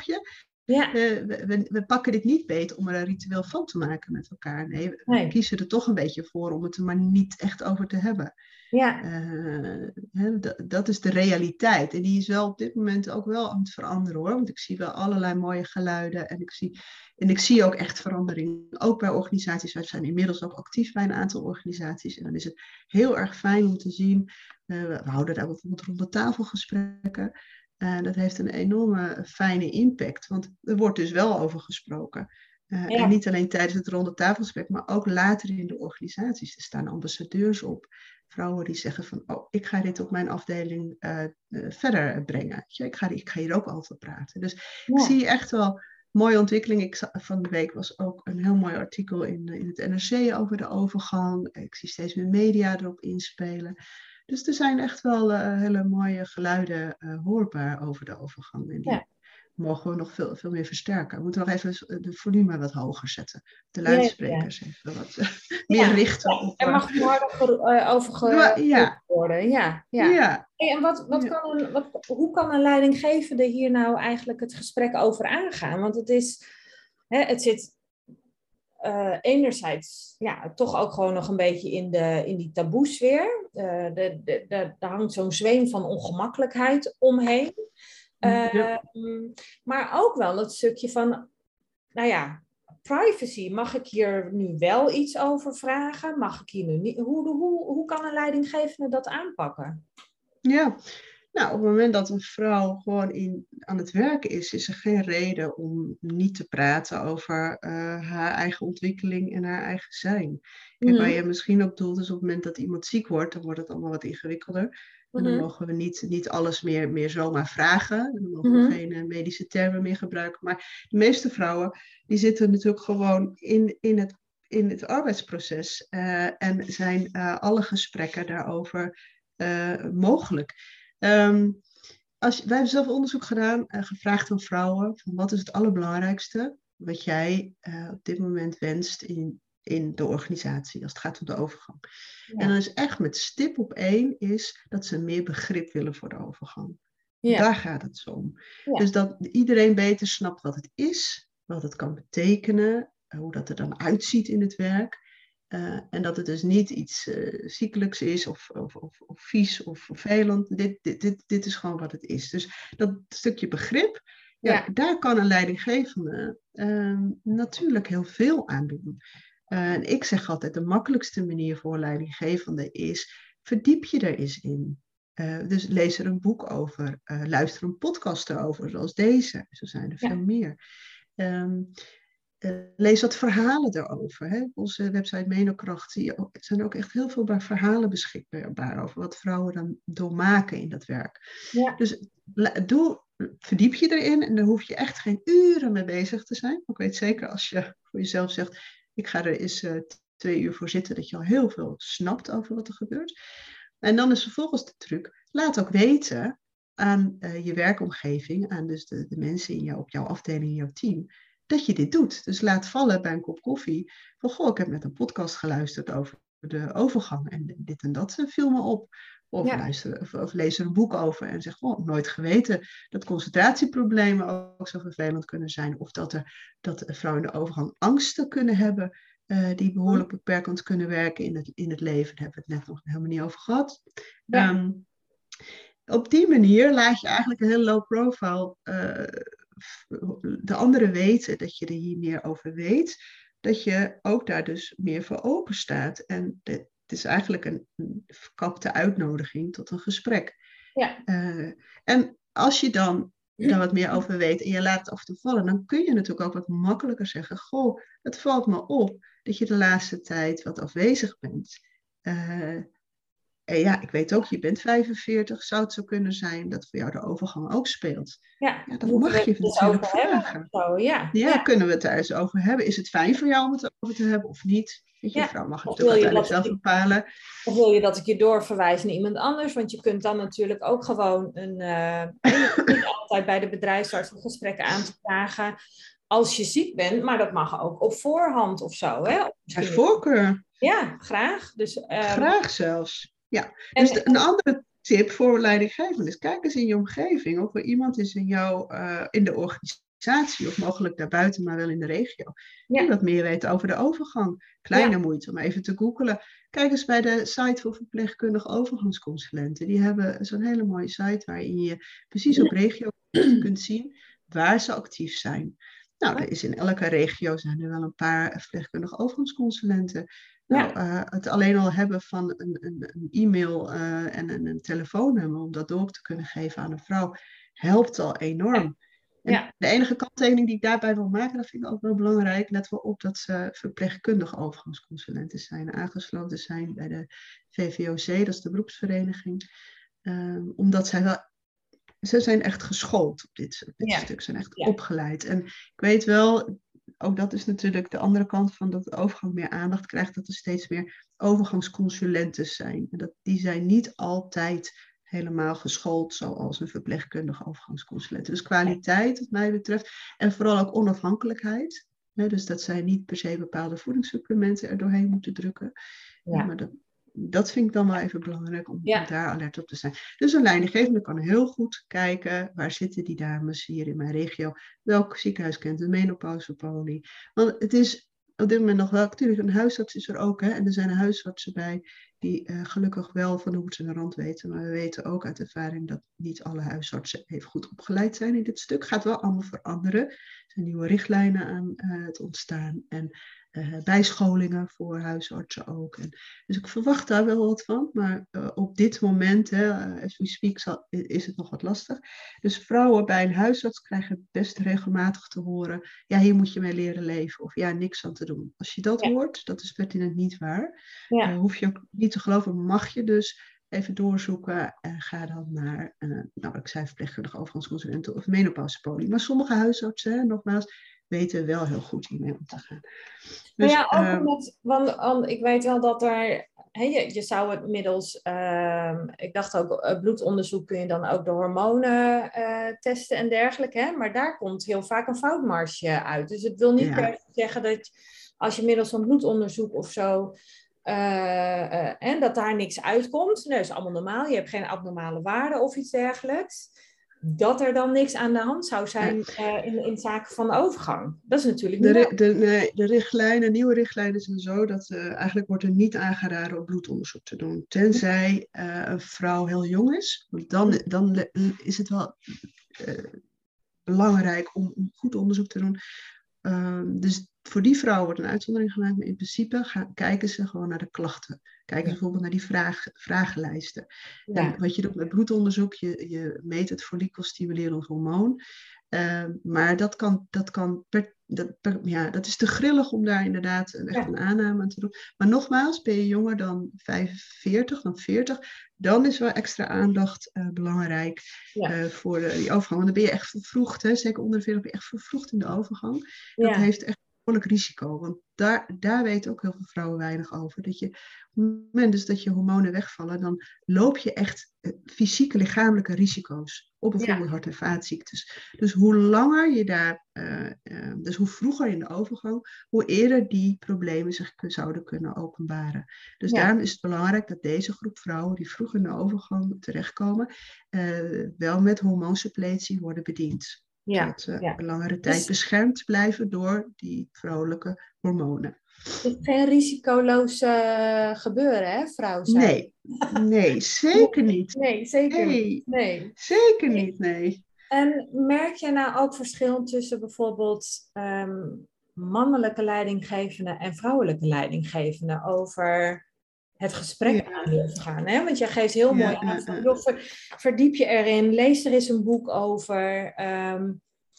Ja. Uh, we, we, we pakken dit niet beet om er een ritueel van te maken met elkaar. Nee, we, nee. we kiezen er toch een beetje voor om het er maar niet echt over te hebben. Ja. Uh, he, d- dat is de realiteit. En die is wel op dit moment ook wel aan het veranderen hoor. Want ik zie wel allerlei mooie geluiden. En ik zie, en ik zie ook echt verandering. Ook bij organisaties. Wij zijn inmiddels ook actief bij een aantal organisaties. En dan is het heel erg fijn om te zien. Uh, we houden daar bijvoorbeeld rond de tafelgesprekken. En dat heeft een enorme fijne impact. Want er wordt dus wel over gesproken. Uh, ja. En niet alleen tijdens het ronde tafelgesprek, maar ook later in de organisaties. Er staan ambassadeurs op. Vrouwen die zeggen van, oh, ik ga dit op mijn afdeling uh, uh, verder brengen. Ja, ik, ga, ik ga hier ook over praten. Dus ja. Ik zie echt wel mooie ontwikkeling. Ik, van de week was ook een heel mooi artikel in, in het N R C over de overgang. Ik zie steeds meer media erop inspelen. Dus er zijn echt wel uh, hele mooie geluiden uh, hoorbaar over de overgang. En die ja. mogen we nog veel, veel meer versterken. We moeten nog even de volume wat hoger zetten. De luidsprekers ja, ja. even wat uh, meer ja, richten ja. op... Er mag nog harder uh, over ge- ja. worden. Ja, ja. ja. Hey, en wat, wat ja. kan een, wat, hoe kan een leidinggevende hier nou eigenlijk het gesprek over aangaan? Want het is... Hè, het zit... Uh, enerzijds ja, toch ook gewoon nog een beetje in, de, in die taboesfeer. Uh, de, de, de, er hangt zo'n zweem van ongemakkelijkheid omheen. Uh, ja. Maar ook wel het stukje van, nou ja, privacy. Mag ik hier nu wel iets over vragen? Mag ik hier nu niet? Hoe, hoe, hoe kan een leidinggevende dat aanpakken? Ja, nou, op het moment dat een vrouw gewoon in, aan het werken is, is er geen reden om niet te praten over uh, haar eigen ontwikkeling en haar eigen zijn. Kijk, waar je misschien op doelt is op het moment dat iemand ziek wordt, dan wordt het allemaal wat ingewikkelder. En dan mogen we niet, niet alles meer, meer zomaar vragen. Dan mogen Mm-hmm. we geen uh, medische termen meer gebruiken. Maar de meeste vrouwen, die zitten natuurlijk gewoon in, in, het, in het arbeidsproces. Uh, en zijn uh, alle gesprekken daarover uh, mogelijk. Um, als, wij hebben zelf onderzoek gedaan, uh, gevraagd aan vrouwen, van wat is het allerbelangrijkste wat jij uh, op dit moment wenst in, in de organisatie, als het gaat om de overgang. Ja. En dan is echt met stip op één, is dat ze meer begrip willen voor de overgang. Ja. Daar gaat het zo om. Ja. Dus dat iedereen beter snapt wat het is, wat het kan betekenen, hoe dat er dan uitziet in het werk. Uh, en dat het dus niet iets uh, ziekelijks is of, of, of, of vies of vervelend. Dit, dit, dit, dit is gewoon wat het is. Dus dat stukje begrip, ja, ja. daar kan een leidinggevende uh, natuurlijk heel veel aan doen. Uh, en ik zeg altijd, de makkelijkste manier voor een leidinggevende is, verdiep je er eens in. Uh, dus lees er een boek over, uh, luister een podcast erover, zoals deze. Zo zijn er ja. veel meer. Um, Uh, lees wat verhalen erover. Hè? Op onze website Menokracht zijn er ook echt heel veel verhalen beschikbaar over wat vrouwen dan doormaken in dat werk. Ja. Dus doe, verdiep je erin en daar hoef je echt geen uren mee bezig te zijn. Ik weet zeker als je voor jezelf zegt, ik ga er eens uh, twee uur voor zitten, dat je al heel veel snapt over wat er gebeurt. En dan is vervolgens de truc, laat ook weten aan uh, je werkomgeving, aan dus de, de mensen in jou, op jouw afdeling, in jouw team, dat je dit doet. Dus laat vallen bij een kop koffie. Van, goh, ik heb net een podcast geluisterd over de overgang. En dit en dat viel me op. Of, ja. luister, of, of lees er een boek over en zeg, oh, nooit geweten dat concentratieproblemen ook zo vervelend kunnen zijn. Of dat, er, dat vrouwen in de overgang angsten kunnen hebben. Uh, die behoorlijk beperkend kunnen werken in het, in het leven. Daar hebben we het net nog helemaal niet over gehad. Ja. Um, op die manier laat je eigenlijk een heel low profile uh, de anderen weten dat je er hier meer over weet, dat je ook daar dus meer voor open staat. En het is eigenlijk een, een verkapte uitnodiging tot een gesprek. Ja. Uh, en als je dan daar wat meer over weet en je laat het af en toe vallen, dan kun je natuurlijk ook wat makkelijker zeggen, goh, het valt me op dat je de laatste tijd wat afwezig bent. Uh, En ja, ik weet ook, je bent vijfenveertig. Zou het zo kunnen zijn dat voor jou de overgang ook speelt? Ja, Ja, dat moeten we mag je het dus natuurlijk over hebben vragen. of zo, ja. Ja, Ja, kunnen we het daar eens over hebben? Is het fijn voor jou om het erover te hebben of niet? Weet je, een ja. vrouw mag het Of natuurlijk wil je uiteindelijk dat zelf ik, bepalen. of wil je dat ik je doorverwijs naar iemand anders? Want je kunt dan natuurlijk ook gewoon een... eh, hè, je hoeft niet altijd bij de bedrijfsarts een gesprek aan te vragen als je ziek bent. Maar dat mag ook op voorhand of zo. Hè? Of Bij misschien, voorkeur. ja, graag. Dus, ehm, Graag zelfs. Ja, en, dus de- een andere tip voor leidinggevenden is: kijk eens in je omgeving of er iemand is in jou, eh, in de organisatie of mogelijk daarbuiten, maar wel in de regio, die ja, wat meer weet over de overgang. Kleine ja, moeite om even te googelen. Kijk eens bij de site voor verpleegkundige overgangsconsulenten. Die hebben zo'n hele mooie site waarin je precies op regio kunt zien waar ze actief zijn. Nou, er is in elke regio zijn er wel een paar verpleegkundige overgangsconsulenten. Nou, ja, uh, het alleen al hebben van een, een, een e-mail uh, en een, een telefoonnummer om dat door te kunnen geven aan een vrouw, helpt al enorm. En ja, de enige kanttekening die ik daarbij wil maken, dat vind ik ook wel belangrijk, let wel op dat ze verpleegkundige overgangsconsulenten zijn, aangesloten zijn bij de V V O C, dat is de beroepsvereniging. Um, omdat zij wel, ze zijn echt geschoold op dit, op dit ja, stuk, zijn echt ja, opgeleid. En ik weet wel, ook dat is natuurlijk de andere kant van dat de overgang meer aandacht krijgt, dat er steeds meer overgangsconsulenten zijn. En dat, die zijn niet altijd helemaal geschoold zoals een verpleegkundige overgangsconsulent. Dus kwaliteit, wat mij betreft, en vooral ook onafhankelijkheid. Hè, dus dat zij niet per se bepaalde voedingssupplementen er doorheen moeten drukken. Ja, maar dat, dat vind ik dan wel even belangrijk om, ja, om daar alert op te zijn. Dus een leidinggevende kan heel goed kijken, waar zitten die dames hier in mijn regio? Welk ziekenhuis kent de menopausepolie? Want het is op dit moment nog wel, natuurlijk een huisarts is er ook, hè, en er zijn huisartsen bij die uh, gelukkig wel van de hoed en de rand weten. Maar we weten ook uit ervaring dat niet alle huisartsen even goed opgeleid zijn in dit stuk. Gaat wel allemaal veranderen. Er zijn nieuwe richtlijnen aan uh, het ontstaan en uh, bijscholingen voor huisartsen ook. En, dus ik verwacht daar wel wat van, maar uh, op dit moment, hè, uh, as we speak, zal, is het nog wat lastig. Dus vrouwen bij een huisarts krijgen best regelmatig te horen, ja, hier moet je mee leren leven, of ja, niks aan te doen. Als je dat ja, hoort, dat is pertinent niet waar. ja. Uh, hoef je ook niet te geloven, mag je dus even doorzoeken en ga dan naar, uh, nou, wat ik zei, verpleegkundige overgangsconsulenten of menopausepolie. Maar sommige huisartsen, hè, nogmaals, weten wel heel goed hiermee om te gaan. Nou Dus, ja, ook uh, omdat, want, want ik weet wel dat er, hè, je, je zou het middels, uh, ik dacht ook, uh, bloedonderzoek kun je dan ook de hormonen uh, testen en dergelijke, hè? Maar daar komt heel vaak een foutmarge uit. Dus het wil niet ja. per se zeggen dat als je middels een bloedonderzoek of zo, uh, uh, en dat daar niks uitkomt, nee, dat is allemaal normaal, je hebt geen abnormale waarden of iets dergelijks, dat er dan niks aan de hand zou zijn uh, in, in zaken van de overgang. Dat is natuurlijk niet De, de, nee, de richtlijnen, nieuwe richtlijnen zijn zo dat uh, eigenlijk wordt er niet aangeraden om bloedonderzoek te doen. Tenzij uh, een vrouw heel jong is. Want dan, dan is het wel uh, belangrijk om, om goed onderzoek te doen. Uh, dus voor die vrouw wordt een uitzondering gemaakt. Maar in principe gaan, kijken ze gewoon naar de klachten. Kijken ze bijvoorbeeld naar die vraag, vragenlijsten. Ja. En wat je doet met bloedonderzoek, je, je meet het follikelstimulerend hormoon. Uh, maar dat kan, dat kan per, dat, per, ja, dat is te grillig om daar inderdaad echt Ja. een aanname aan te doen. Maar nogmaals, ben je jonger dan vijfenveertig, dan veertig, dan is wel extra aandacht uh, belangrijk ja. uh, voor de, die overgang. Want dan ben je echt vervroegd, hè? Zeker onder de veertig ben je echt vervroegd in de overgang. Dat ja. heeft echt een behoorlijk risico. Want daar, daar weten ook heel veel vrouwen weinig over. Dat je, op het moment dus dat je hormonen wegvallen, dan loop je echt uh, fysieke, lichamelijke risico's op bijvoorbeeld ja. hart- en vaatziektes. Dus hoe langer je daar, uh, uh, dus hoe vroeger in de overgang, hoe eerder die problemen zich k- zouden kunnen openbaren. Dus ja. daarom is het belangrijk dat deze groep vrouwen die vroeg in de overgang terechtkomen, uh, wel met hormoonsuppletie worden bediend. Ja. Zodat ze ja. een langere tijd dus beschermd blijven door die vrouwelijke hormonen. Het is geen risicoloos uh, gebeuren, hè, vrouw zijn? Nee, nee, zeker niet. Nee, zeker nee, niet. Nee. Zeker niet, nee. En merk je nou ook verschil tussen bijvoorbeeld um, mannelijke leidinggevenden en vrouwelijke leidinggevenden over het gesprek ja. aan durven gaan? Hè? Want jij geeft heel ja, mooi aan van, uh, joh, ver, verdiep je erin, lees er eens een boek over. Um,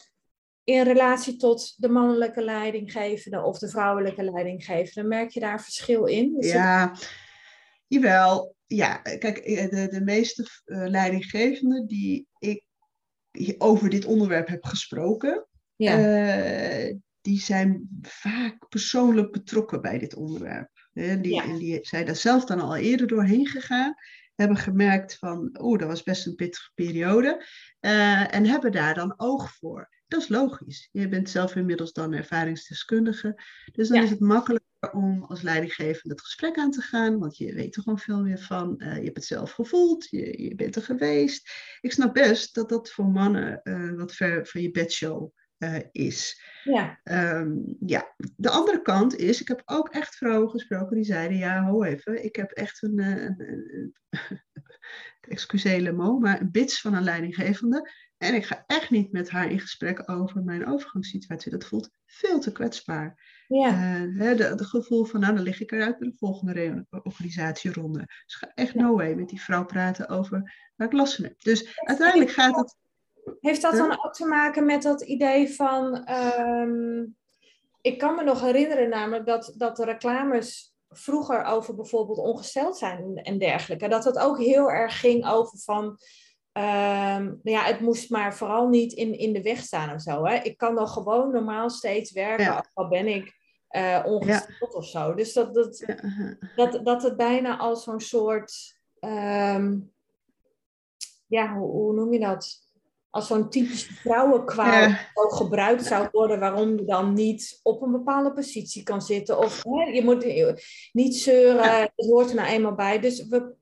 in relatie tot de mannelijke leidinggevende of de vrouwelijke leidinggevende, merk je daar verschil in? Is ja, het... jawel. ja, kijk, de, de meeste uh, leidinggevenden die ik over dit onderwerp heb gesproken, Ja. uh, die zijn vaak persoonlijk betrokken bij dit onderwerp. He, die, Ja. en die zijn daar zelf dan al eerder doorheen gegaan, hebben gemerkt van, oeh, dat was best een pittige periode, uh, en hebben daar dan oog voor. Dat is logisch. Je bent zelf inmiddels dan ervaringsdeskundige, dus dan Ja. is het makkelijker om als leidinggevende het gesprek aan te gaan, want je weet er gewoon veel meer van. Uh, je hebt het zelf gevoeld, je, je bent er geweest. Ik snap best dat dat voor mannen uh, wat ver van je bedshow uh, is. Ja. Um, ja. De andere kant is, ik heb ook echt vrouwen gesproken die zeiden, ja, ho even, ik heb echt een, een, een, een excuseer le mot, maar een bits van een leidinggevende. En ik ga echt niet met haar in gesprek over mijn overgangssituatie. Dat voelt veel te kwetsbaar. Ja. Uh, het gevoel van, nou, dan lig ik eruit bij de volgende organisatieronde. Dus ga echt Ja. no way met die vrouw praten over waar ik last van heb. Dus uiteindelijk gaat het... Heeft dat huh? dan ook te maken met dat idee van... Um, ik kan me nog herinneren namelijk dat, dat de reclames vroeger over bijvoorbeeld ongesteld zijn en dergelijke. Dat het ook heel erg ging over van... Um, ja, het moest maar vooral niet in, in de weg staan of zo. Hè? Ik kan nog gewoon normaal steeds werken, Ja. al ben ik uh, ongesteld ja. of zo. Dus dat, dat, ja. dat, dat het bijna als zo'n soort... Um, ja, hoe, hoe noem je dat? Als zo'n typische vrouwenkwaal ja. ook gebruikt zou worden, waarom je dan niet op een bepaalde positie kan zitten. Of hè, je moet niet zeuren, ja. Het hoort er nou eenmaal bij. Dus we,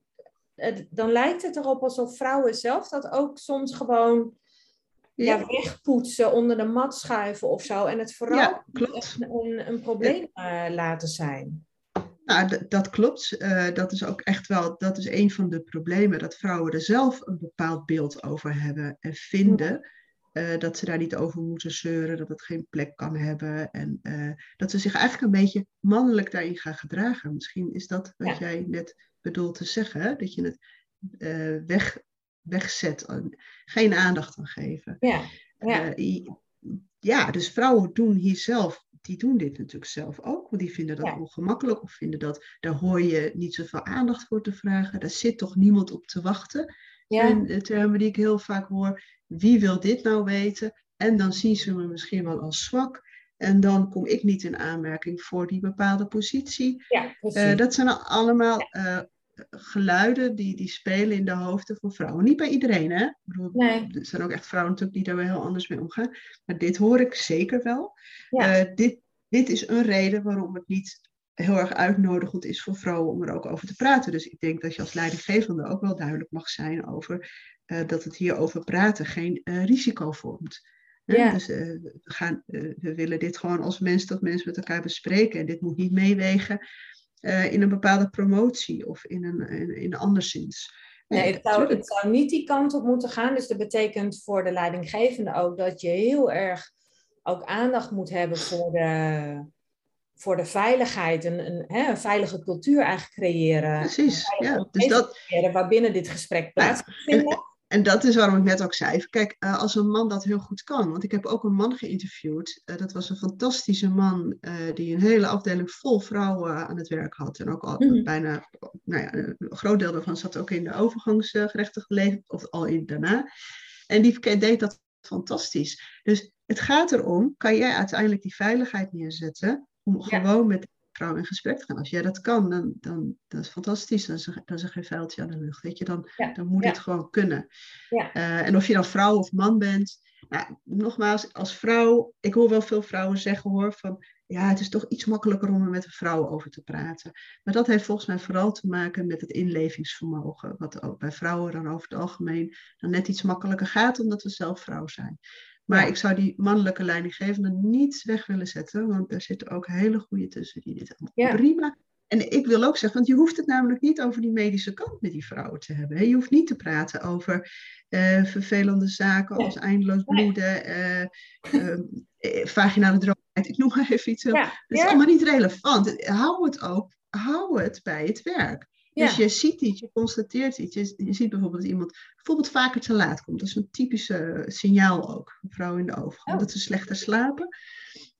dan lijkt het erop alsof vrouwen zelf dat ook soms gewoon ja. Ja, wegpoetsen, onder de mat schuiven of zo. En het vooral ja, klopt. Een, een, een probleem uh, laten zijn. Nou, d- dat klopt. Uh, dat is ook echt wel, dat is een van de problemen, dat vrouwen er zelf een bepaald beeld over hebben en vinden uh, dat ze daar niet over moeten zeuren, dat het geen plek kan hebben en uh, dat ze zich eigenlijk een beetje mannelijk daarin gaan gedragen. Misschien is dat wat ja. jij net bedoelt te zeggen, hè? Dat je het uh, weg, wegzet, geen aandacht aan geven. Ja. Ja. Uh, ja, dus vrouwen doen hier zelf die doen dit natuurlijk zelf ook, want die vinden dat ja. ongemakkelijk of vinden dat, daar hoor je niet zoveel aandacht voor te vragen, daar zit toch niemand op te wachten. Ja. Zijn de termen die ik heel vaak hoor, wie wil dit nou weten? En dan zien ze me misschien wel als zwak en dan kom ik niet in aanmerking voor die bepaalde positie. Ja, uh, dat zijn allemaal uh, geluiden die, die spelen in de hoofden van vrouwen. Niet bij iedereen, hè? Ik bedoel, nee. Er zijn ook echt vrouwen natuurlijk die daar wel heel anders mee omgaan. Maar dit hoor ik zeker wel. Ja. Uh, dit, dit is een reden waarom het niet heel erg uitnodigend is voor vrouwen om er ook over te praten. Dus ik denk dat je als leidinggevende ook wel duidelijk mag zijn over uh, dat het hier over praten geen uh, risico vormt. Ja. Dus uh, we, gaan, uh, we willen dit gewoon als mens tot mens met elkaar bespreken. En dit moet niet meewegen uh, in een bepaalde promotie of in een, in, in anderszins. Nee, het zou, het zou niet die kant op moeten gaan. Dus dat betekent voor de leidinggevende ook dat je heel erg ook aandacht moet hebben voor de, voor de veiligheid. Een, een, hè, een veilige cultuur eigenlijk creëren. Precies, ja. Dus dat, creëren waarbinnen dit gesprek plaats kan vinden. En, en dat is waarom ik net ook zei. Kijk, uh, als een man dat heel goed kan. Want ik heb ook een man geïnterviewd. Uh, dat was een fantastische man. Uh, die een hele afdeling vol vrouwen aan het werk had. En ook al mm-hmm. bijna, nou ja, een groot deel daarvan zat ook in de overgangsgerechtigde leven. Of al in daarna. En die deed dat fantastisch. Dus het gaat erom, kan jij uiteindelijk die veiligheid neerzetten. Om ja. gewoon met vrouw in gesprek te gaan. Als jij dat kan, dan, dan dat is fantastisch. Dan is, er, dan is er geen vuiltje aan de lucht. Weet je? Dan, ja. dan moet ja. het gewoon kunnen. Ja. Uh, en of je dan vrouw of man bent. Nou, nogmaals, als vrouw, ik hoor wel veel vrouwen zeggen hoor, van ja, het is toch iets makkelijker om er met een vrouw over te praten. Maar dat heeft volgens mij vooral te maken met het inlevingsvermogen. Wat ook bij vrouwen dan over het algemeen dan net iets makkelijker gaat, omdat we zelf vrouw zijn. Maar ja. ik zou die mannelijke leidinggevende niet weg willen zetten, want er zitten ook hele goede tussen die dit allemaal ja. prima. En ik wil ook zeggen, want je hoeft het namelijk niet over die medische kant met die vrouwen te hebben. Hè? Je hoeft niet te praten over uh, vervelende zaken als eindeloos bloeden, uh, uh, vaginale droogheid. Ik noem maar even iets. Ja. Dat is ja. allemaal niet relevant. Hou het ook, hou het bij het werk. Ja. Dus je ziet iets, je constateert iets. Je, je ziet bijvoorbeeld dat iemand bijvoorbeeld vaker te laat komt. Dat is een typische signaal ook. Een vrouw in de overgang. Oh. Dat ze slechter slapen.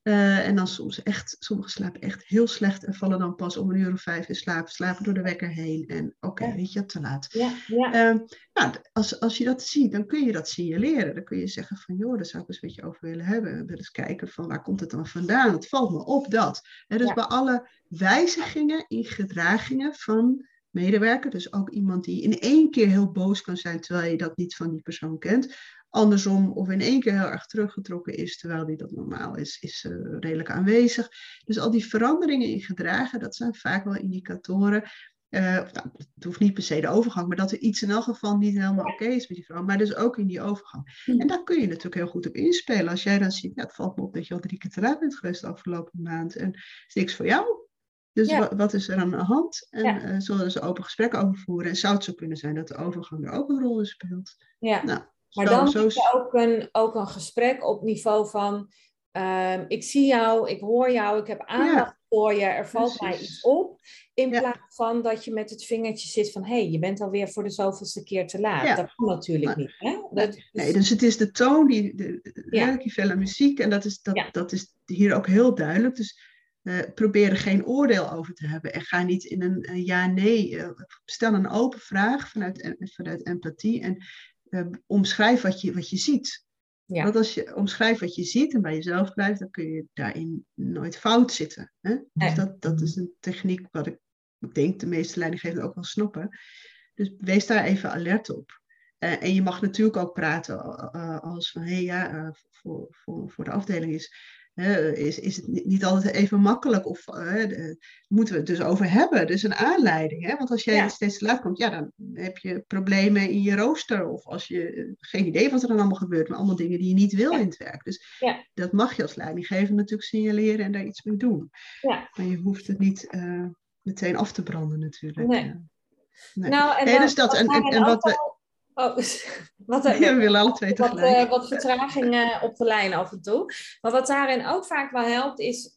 Uh, en dan soms echt, sommigen slapen echt heel slecht en vallen dan pas om een uur of vijf in slaap, slapen door de wekker heen. En oké, okay, ja. weet je, te laat. Ja, ja. Uh, nou, als, als je dat ziet, dan kun je dat signaleren. Dan kun je zeggen van, joh, daar zou ik eens met je over willen hebben. Wil eens kijken van, waar komt het dan vandaan? Het valt me op dat. En dus ja. bij alle wijzigingen in gedragingen van medewerker, dus ook iemand die in één keer heel boos kan zijn, terwijl je dat niet van die persoon kent. Andersom, of in één keer heel erg teruggetrokken is, terwijl die dat normaal is, is uh, redelijk aanwezig. Dus al die veranderingen in gedragen, dat zijn vaak wel indicatoren. Uh, nou, het hoeft niet per se de overgang, maar dat er iets in elk geval niet helemaal oké okay is met die vrouw. Maar dus ook in die overgang. Mm. En daar kun je natuurlijk heel goed op inspelen. Als jij dan ziet, nou, het valt me op dat je al drie keer te laat bent geweest de afgelopen maand. En is niks voor jou. Dus ja. wat, wat is er aan de hand? En ja. uh, zullen ze open gesprekken over voeren? En zou het zo kunnen zijn dat de overgang er ook een rol in speelt? Ja. Nou, Maar zo, dan zo... is er ook een, ook een gesprek op niveau van... Uh, ik zie jou, ik hoor jou, ik heb aandacht ja, voor je, er valt precies. mij iets op. In ja. plaats van dat je met het vingertje zit van... hé, hey, je bent alweer voor de zoveelste keer te laat. Ja. Dat kan natuurlijk maar, niet. Hè? Dat nee, is... nee, dus het is de toon, die, de, de ja. felle muziek. En dat is, dat, ja. dat is hier ook heel duidelijk. Dus uh, probeer er geen oordeel over te hebben. En ga niet in een uh, ja-nee. Uh, stel een open vraag vanuit, vanuit empathie. En uh, omschrijf wat je, wat je ziet. Ja. Want als je omschrijft wat je ziet en bij jezelf blijft, dan kun je daarin nooit fout zitten. Hè? Dus ja. dat, dat is een techniek wat ik, ik denk de meeste leidinggevenden ook wel snappen. Dus wees daar even alert op. Uh, en je mag natuurlijk ook praten uh, als van, hé hey, ja, uh, voor, voor, voor de afdeling is... Uh, is, is het niet altijd even makkelijk of uh, de, moeten we het dus over hebben. Dus een aanleiding. Hè? Want als jij ja. steeds te laat komt, ja, dan heb je problemen in je rooster. Of als je uh, geen idee wat er dan allemaal gebeurt. Maar allemaal dingen die je niet wil ja. in het werk. Dus ja. dat mag je als leidinggever natuurlijk signaleren en daar iets mee doen. Ja. Maar je hoeft het niet uh, meteen af te branden natuurlijk. Nee. Uh, nee. Nou, en nee, dan, dus dat, en, en, en wat we... Oh, wat, ja, we willen alle twee tegelijk. Wat, uh, wat vertragingen op de lijn af en toe. Maar wat daarin ook vaak wel helpt is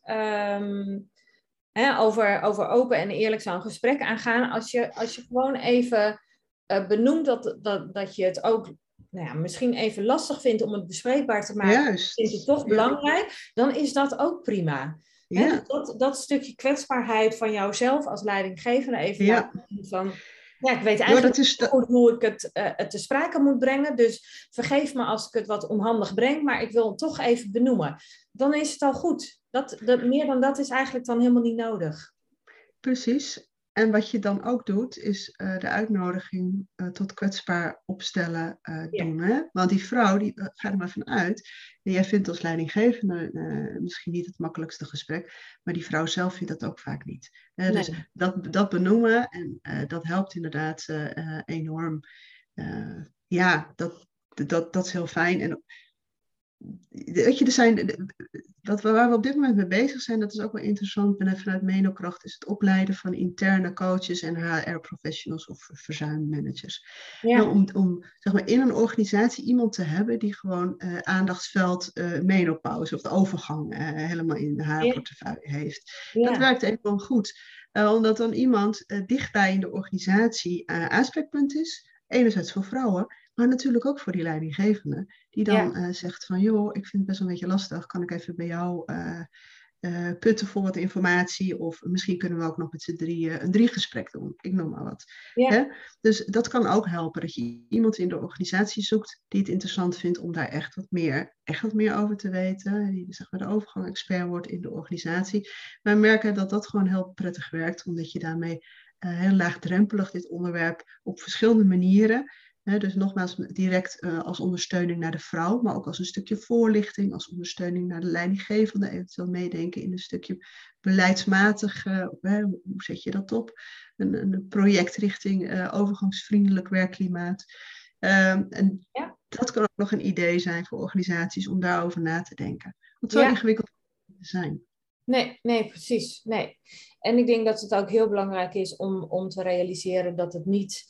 um, hè, over, over open en eerlijk zo'n gesprek aangaan. Als je, als je gewoon even uh, benoemt dat, dat, dat je het ook nou ja, misschien even lastig vindt om het bespreekbaar te maken. Juist. Vind je het toch belangrijk? Dan is dat ook prima. Ja. Hè, dat, dat stukje kwetsbaarheid van jouzelf als leidinggevende even ja. laten zien van... Ja, ik weet eigenlijk ja, niet goed hoe ik het, uh, het te sprake moet brengen. Dus vergeef me als ik het wat onhandig breng. Maar ik wil het toch even benoemen. Dan is het al goed. Dat, dat, meer dan dat is eigenlijk dan helemaal niet nodig. Precies. En wat je dan ook doet, is uh, de uitnodiging uh, tot kwetsbaar opstellen uh, ja. doen. Hè? Want die vrouw, die, uh, ga er maar van uit. En jij vindt als leidinggevende uh, misschien niet het makkelijkste gesprek. Maar die vrouw zelf vindt dat ook vaak niet. Uh, nee. Dus dat, dat benoemen, en uh, dat helpt inderdaad uh, uh, enorm. Uh, ja, dat, dat, dat is heel fijn. En weet je, er zijn, wat we, waar we op dit moment mee bezig zijn, dat is ook wel interessant. En vanuit Menokracht is het opleiden van interne coaches en H R-professionals of verzuimmanagers. Ja. Nou, om om zeg maar, in een organisatie iemand te hebben die gewoon uh, aandachtsveld uh, menopauze of de overgang uh, helemaal in haar ja. portefeuille heeft. Ja. Dat werkt enorm goed. Uh, omdat dan iemand uh, dichtbij in de organisatie uh, aanspreekpunt is. Enerzijds voor vrouwen, maar natuurlijk ook voor die leidinggevende. Die dan ja. uh, zegt van, joh, ik vind het best wel een beetje lastig. Kan ik even bij jou uh, uh, putten voor wat informatie? Of misschien kunnen we ook nog met z'n drieën een driegesprek doen. Ik noem maar wat. Ja. Hè? Dus dat kan ook helpen. Dat je iemand in de organisatie zoekt die het interessant vindt om daar echt wat meer, echt wat meer over te weten. Die zeg maar de overgang-expert wordt in de organisatie. Wij merken dat dat gewoon heel prettig werkt. Omdat je daarmee uh, heel laagdrempelig dit onderwerp op verschillende manieren... He, dus nogmaals direct uh, als ondersteuning naar de vrouw, maar ook als een stukje voorlichting, als ondersteuning naar de leidinggevende, eventueel meedenken in een stukje beleidsmatig, uh, hè, hoe zet je dat op? Een, een project richting uh, overgangsvriendelijk werkklimaat. Um, en ja. dat kan ook nog een idee zijn voor organisaties om daarover na te denken. Want zo ja. ingewikkeld kan het zijn. Nee, nee, precies. Nee. En ik denk dat het ook heel belangrijk is om, om te realiseren dat het niet...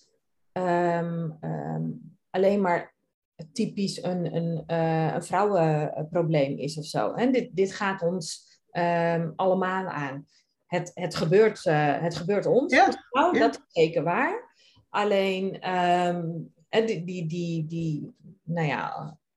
Um, um, alleen maar typisch een, een, uh, een vrouwenprobleem is of zo. En dit, dit gaat ons um, allemaal aan. Het, het, gebeurt, uh, het gebeurt ons, ja, als vrouw, ja. dat is zeker waar. Alleen um, die, die, die, die, nou ja,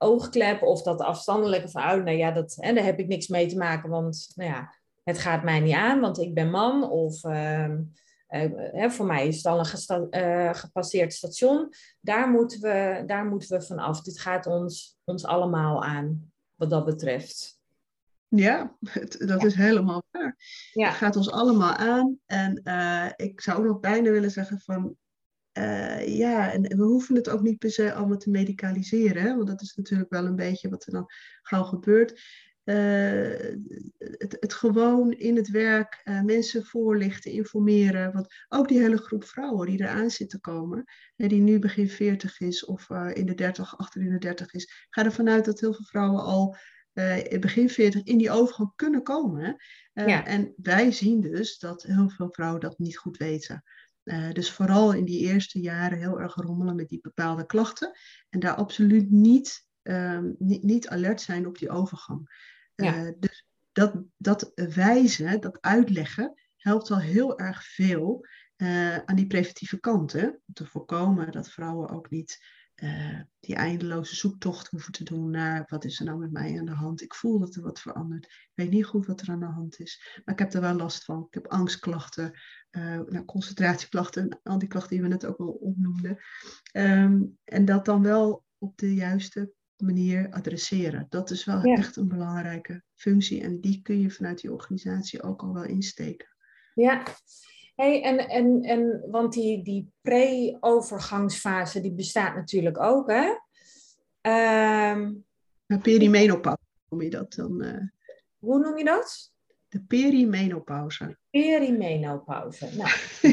oogklep of dat afstandelijke van, oh, nou ja, dat, hè, daar heb ik niks mee te maken, want nou ja, het gaat mij niet aan, want ik ben man. Of uh, uh, hè, voor mij is het al een gesta- uh, gepasseerd station. Daar moeten we, daar moeten we vanaf. Dit gaat ons, ons allemaal aan, wat dat betreft. Ja, het, dat Ja. is helemaal waar. Ja. Het gaat ons allemaal aan. En uh, ik zou ook nog bijna willen zeggen van... Uh, ja, en we hoeven het ook niet per se allemaal te medicaliseren. Hè? Want dat is natuurlijk wel een beetje wat er dan gauw gebeurt. Uh, het, het gewoon in het werk uh, mensen voorlichten, informeren. Want ook die hele groep vrouwen die eraan zit te komen, hè, die nu begin veertig is of uh, in de dertig, achter in de dertig is, ga ervan uit dat heel veel vrouwen al uh, begin veertig in die overgang kunnen komen. Uh, ja. En wij zien dus dat heel veel vrouwen dat niet goed weten. Uh, dus vooral in die eerste jaren heel erg rommelen met die bepaalde klachten. En daar absoluut niet, um, niet, niet alert zijn op die overgang. Ja. Uh, dus dat, dat wijzen, dat uitleggen, helpt al heel erg veel uh, aan die preventieve kant. Hè? Om te voorkomen dat vrouwen ook niet uh, die eindeloze zoektocht hoeven te doen naar wat is er nou met mij aan de hand. Ik voel dat er wat verandert. Ik weet niet goed wat er aan de hand is. Maar ik heb er wel last van. Ik heb angstklachten, uh, nou, concentratieklachten, al die klachten die we net ook al opnoemden. Um, en dat dan wel op de juiste manier adresseren. Dat is wel ja. echt een belangrijke functie. En die kun je vanuit die organisatie ook al wel insteken. Ja, hey, en, en, en, want die, die pre-overgangsfase die bestaat natuurlijk ook, hè? Um, perimenopauze noem je dat dan? Uh, hoe noem je dat? De perimenopauze. Perimenopauze, nou.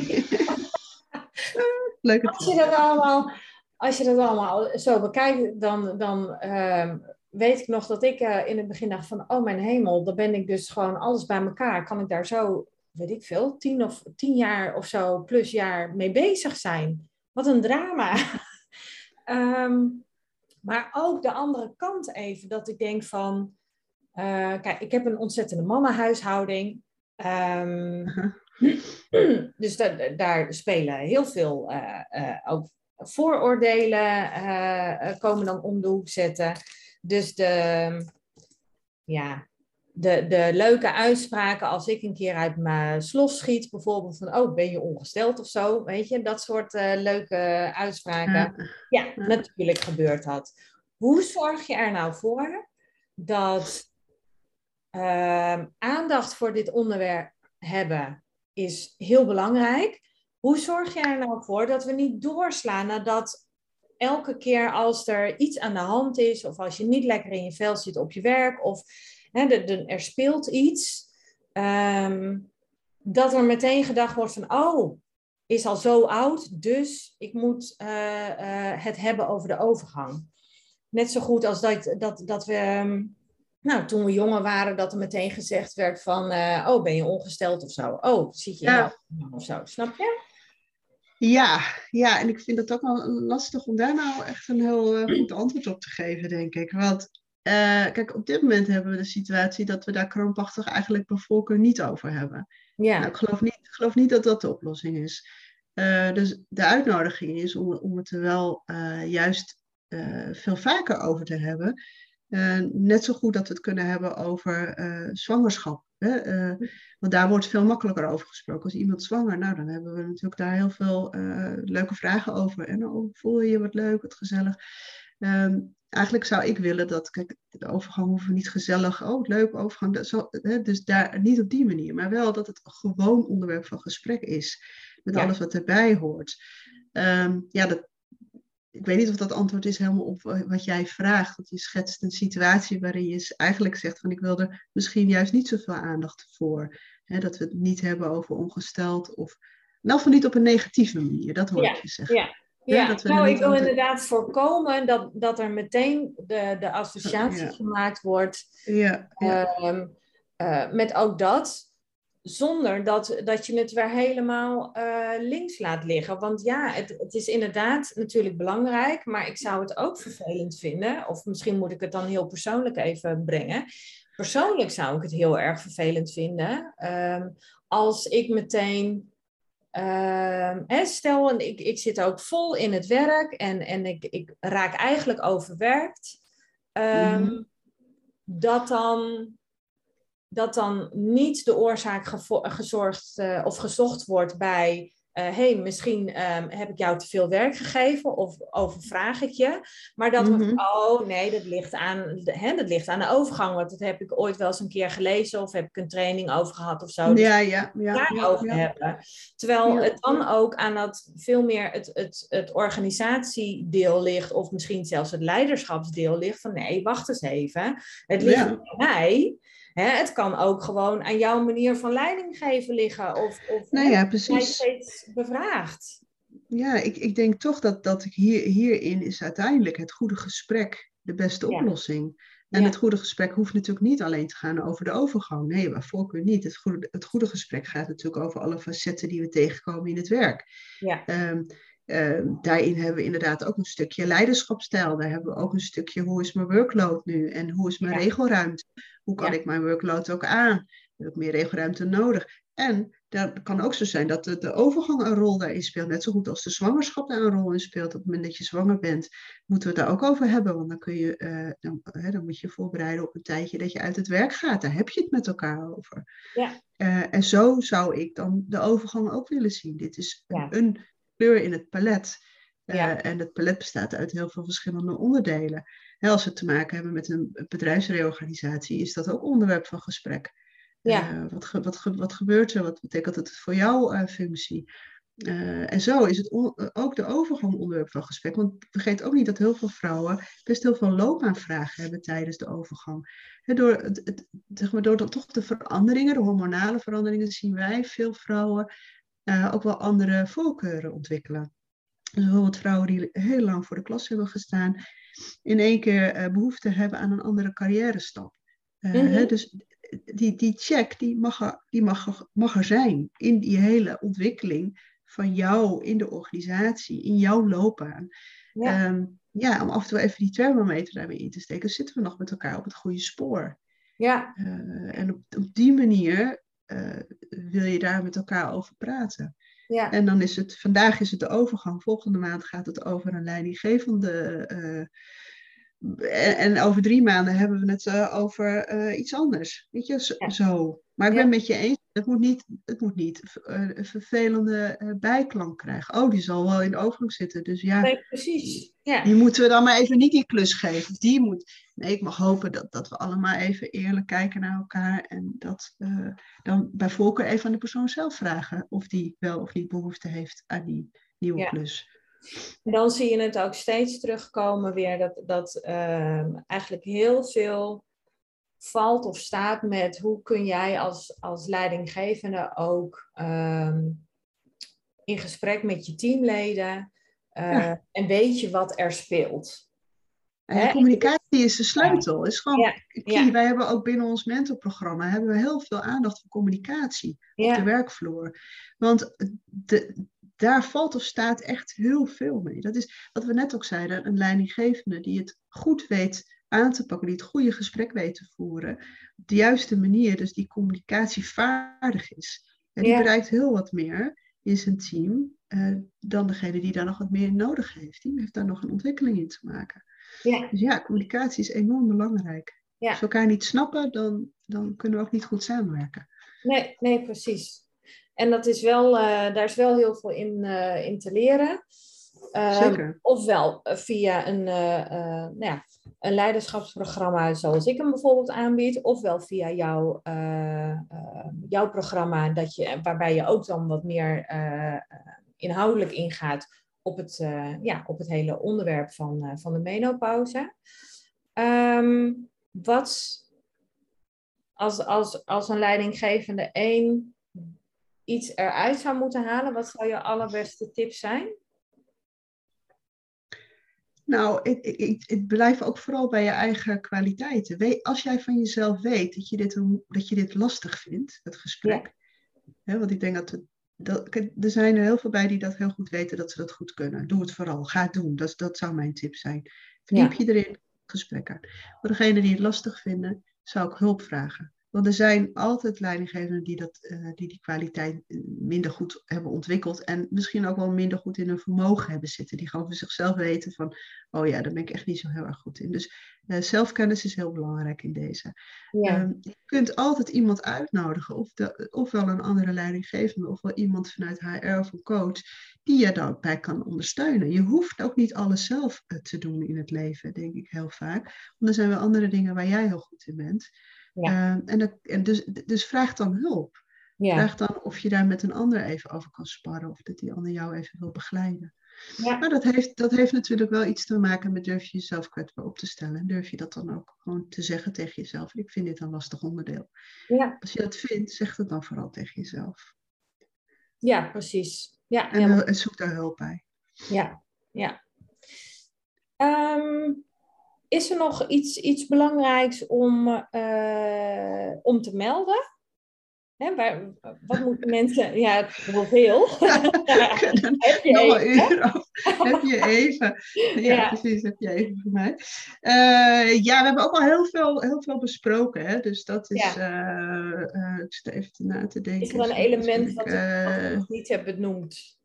Leuk als je dat allemaal, als je dat allemaal zo bekijkt, dan, dan um, weet ik nog dat ik uh, in het begin dacht van, oh mijn hemel, dan ben ik dus gewoon alles bij elkaar. Kan ik daar zo, weet ik veel, tien of tien jaar of zo plus jaar mee bezig zijn? Wat een drama. um, maar ook de andere kant even, dat ik denk van, uh, kijk, ik heb een ontzettende mannenhuishouding. Um, uh-huh. Dus da- daar spelen heel veel uh, uh, ook vooroordelen uh, komen dan om de hoek zetten. Dus de, ja, de, de leuke uitspraken als ik een keer uit mijn slof schiet, bijvoorbeeld van, oh, ben je ongesteld of zo, weet je, dat soort uh, leuke uitspraken. Ja, ja, ja, natuurlijk gebeurt dat. Hoe zorg je er nou voor dat uh, aandacht voor dit onderwerp hebben is heel belangrijk. Hoe zorg je er nou voor dat we niet doorslaan nadat elke keer als er iets aan de hand is, of als je niet lekker in je vel zit op je werk, of hè, de, de, er speelt iets, um, dat er meteen gedacht wordt van, oh, is al zo oud, dus ik moet uh, uh, het hebben over de overgang. Net zo goed als dat, dat, dat we... Um, Nou, toen we jonger waren, dat er meteen gezegd werd van, uh, oh, ben je ongesteld of zo? Oh, zit je in ja. de of zo, snap je? Ja, ja, en ik vind het ook wel lastig om daar nou echt een heel uh, goed antwoord op te geven, denk ik. Want, uh, kijk, op dit moment hebben we de situatie dat we daar krampachtig eigenlijk bij voorkeur niet over hebben. Ja. Nou, ik geloof niet, ik geloof niet dat dat de oplossing is. Uh, dus de uitnodiging is om, om het er wel uh, juist uh, veel vaker over te hebben. Uh, net zo goed dat we het kunnen hebben over uh, zwangerschap. Hè? Uh, want daar wordt veel makkelijker over gesproken. Als iemand zwanger, nou dan hebben we natuurlijk daar heel veel uh, leuke vragen over. En oh, voel je je wat leuk, wat gezellig. Um, eigenlijk zou ik willen dat, kijk, de overgang hoeven we niet gezellig, oh leuk, overgang. Dat zo, hè? Dus daar niet op die manier, maar wel dat het gewoon onderwerp van gesprek is. Met ja. alles wat erbij hoort. Um, ja, dat Ik weet niet of dat antwoord is helemaal op wat jij vraagt. Want je schetst een situatie waarin je eigenlijk zegt van ik wil er misschien juist niet zoveel aandacht voor. Hè, dat we het niet hebben over ongesteld of in elk geval niet op een negatieve manier. Dat hoor ja, ik je zeggen. Ja, ja. ja. Nou, ik wil altijd... inderdaad voorkomen dat, dat er meteen de, de associatie ja. gemaakt wordt ja, ja. Uh, uh, met ook dat. Zonder dat, dat je het weer helemaal uh, links laat liggen. Want ja, het, het is inderdaad natuurlijk belangrijk. Maar ik zou het ook vervelend vinden. Of misschien moet ik het dan heel persoonlijk even brengen. Persoonlijk zou ik het heel erg vervelend vinden. Um, als ik meteen... Um, hè, stel, ik, ik zit ook vol in het werk. En, en ik, ik raak eigenlijk overwerkt. Um, Mm-hmm. dat dan... dat dan niet de oorzaak gevo- gezorgd uh, of gezocht wordt bij... Uh, hey, misschien um, heb ik jou te veel werk gegeven of overvraag ik je. Maar dat Mm-hmm. we, oh nee, dat ligt, aan, hè, dat ligt aan de overgang. Want dat heb ik ooit wel eens een keer gelezen of heb ik een training over gehad of zo. Dus Ja, ja, ja. daarover ja, ja. hebben. Terwijl ja. het dan ook aan dat veel meer het, het, het organisatiedeel ligt of misschien zelfs het leiderschapsdeel ligt van nee, wacht eens even. Het ligt Ja. bij mij. Hè, het kan ook gewoon aan jouw manier van leiding geven liggen. Of, of Nou hè, ja, jij precies. steeds bevraagt. Ja, ik, ik denk toch dat, dat hier, hierin is uiteindelijk het goede gesprek de beste Ja. oplossing. En Ja. het goede gesprek hoeft natuurlijk niet alleen te gaan over de overgang. Nee, bij voorkeur niet. Het goede, het goede gesprek gaat natuurlijk over alle facetten die we tegenkomen in het werk. Ja. Um, Uh, daarin hebben we inderdaad ook een stukje leiderschapsstijl. Daar hebben we ook een stukje hoe is mijn workload nu en hoe is mijn Ja. regelruimte. Hoe kan Ja. ik mijn workload ook aan? Heb ik meer regelruimte nodig? En dat kan ook zo zijn dat de, de overgang een rol daarin speelt. Net zo goed als de zwangerschap daar een rol in speelt. Op het moment dat je zwanger bent, moeten we het daar ook over hebben. Want dan, kun je, uh, dan, hè, dan moet je voorbereiden op een tijdje dat je uit het werk gaat. Daar heb je het met elkaar over. Ja. Uh, en zo zou ik dan de overgang ook willen zien. Dit is Ja. een kleur in het palet. Uh, Ja. En het palet bestaat uit heel veel verschillende onderdelen. En als we te maken hebben met een bedrijfsreorganisatie, is dat ook onderwerp van gesprek. Ja. Uh, wat, ge, wat, ge, wat gebeurt er? Wat betekent het voor jouw uh, functie? Uh, en zo is het on, ook de overgang onderwerp van gesprek. Want vergeet ook niet dat heel veel vrouwen best heel veel loopbaanvragen hebben tijdens de overgang. He, door, het, het, zeg maar, door dan toch de veranderingen, de hormonale veranderingen, zien wij veel vrouwen uh, ook wel andere voorkeuren ontwikkelen. Dus bijvoorbeeld vrouwen die heel lang voor de klas hebben gestaan, in één keer uh, behoefte hebben aan een andere carrière stap. Uh, mm-hmm. he, dus die, die check die mag, er, die mag, er, mag er zijn in die hele ontwikkeling van jou in de organisatie, in jouw loopbaan. Ja. Um, ja, om af en toe even die thermometer daarmee in te steken, zitten we nog met elkaar op het goede spoor. Ja. Uh, en op, op die manier uh, wil je daar met elkaar over praten. Ja. En dan is het, vandaag is het de overgang, volgende maand gaat het over een leidinggevende. Uh, en, en over drie maanden hebben we het uh, over uh, iets anders. Weet je, zo. Ja. zo. Maar ik Ja. ben het met je eens, het moet niet, het moet niet uh, een vervelende uh, bijklank krijgen. Oh, die zal wel in de overgang zitten. Dus ja, nee, precies. Ja. Die moeten we dan maar even niet die klus geven. Die moet, nee, ik mag hopen dat, dat we allemaal even eerlijk kijken naar elkaar. En dat uh, dan bij voorkeur even aan de persoon zelf vragen of die wel of niet behoefte heeft aan die nieuwe ja. klus. En dan zie je het ook steeds terugkomen weer dat, dat uh, eigenlijk heel veel valt of staat met hoe kun jij als, als leidinggevende ook um, in gesprek met je teamleden uh, ja. en weet je wat er speelt. En ja, communicatie is de sleutel. Is gewoon ja. key. Ja. Wij hebben ook binnen ons mentorprogramma hebben we heel veel aandacht voor communicatie ja. op de werkvloer. Want de, daar valt of staat echt heel veel mee. Dat is wat we net ook zeiden, een leidinggevende die het goed weet aan te pakken, die het goede gesprek weet te voeren, op de juiste manier, dus die communicatievaardig is. En die ja. bereikt heel wat meer in zijn team uh, dan degene die daar nog wat meer nodig heeft. Die heeft daar nog een ontwikkeling in te maken. Ja. Dus ja, communicatie is enorm belangrijk. Ja. Als we elkaar niet snappen, dan, dan kunnen we ook niet goed samenwerken. Nee, nee, precies. En dat is wel, uh, daar is wel heel veel in, uh, in te leren. Um, Zeker. Ofwel via een, uh, uh, nou ja, een leiderschapsprogramma zoals ik hem bijvoorbeeld aanbied. Ofwel via jouw, uh, uh, jouw programma dat je, waarbij je ook dan wat meer uh, inhoudelijk ingaat op het, uh, ja, op het hele onderwerp van, uh, van de menopauze. Um, wat als, als, als een leidinggevende één iets eruit zou moeten halen, wat zou je allerbeste tip zijn? Nou, het, het, het blijft ook vooral bij je eigen kwaliteiten. Weet, als jij van jezelf weet dat je dit, dat je dit lastig vindt, het gesprek. Ja. Hè, want ik denk dat, het, dat er zijn er heel veel bij die dat heel goed weten dat ze dat goed kunnen. Doe het vooral, ga het doen. Dat, dat zou mijn tip zijn. Verdiep ja. je erin, gesprekken. Voor degenen die het lastig vinden, zou ik hulp vragen. Want er zijn altijd leidinggevenden die, dat, uh, die die kwaliteit minder goed hebben ontwikkeld. En misschien ook wel minder goed in hun vermogen hebben zitten. Die gewoon voor zichzelf weten van, oh ja, daar ben ik echt niet zo heel erg goed in. Dus uh, zelfkennis is heel belangrijk in deze. Ja. Um, je kunt altijd iemand uitnodigen. Of de, ofwel een andere leidinggevende. Ofwel iemand vanuit H R of een coach. Die je daarbij kan ondersteunen. Je hoeft ook niet alles zelf uh, te doen in het leven, denk ik heel vaak. Want er zijn wel andere dingen waar jij heel goed in bent. Ja. Uh, en, dat, en dus, dus vraag dan hulp. Ja. Vraag dan of je daar met een ander even over kan sparren. Of dat die ander jou even wil begeleiden. Ja. Maar dat heeft, dat heeft natuurlijk wel iets te maken met durf je jezelf kwetsbaar op te stellen. En durf je dat dan ook gewoon te zeggen tegen jezelf. Ik vind dit een lastig onderdeel. Ja. Als je dat vindt, zeg het dan vooral tegen jezelf. Ja, precies. Ja, en, uh, en zoek daar hulp bij. Ja, ja. Um, is er nog iets, iets belangrijks om, uh, om te melden? Hè, waar, wat moeten mensen... Ja, heel veel. Heb je nog even? Een uur af. Heb je even. Ja, ja, precies. Heb je even voor mij. Uh, ja, we hebben ook al heel veel, heel veel besproken. Hè? Dus dat is... Ja. Uh, uh, ik zit even na te denken. Is er een element wat ik, uh, wat ik nog niet heb benoemd?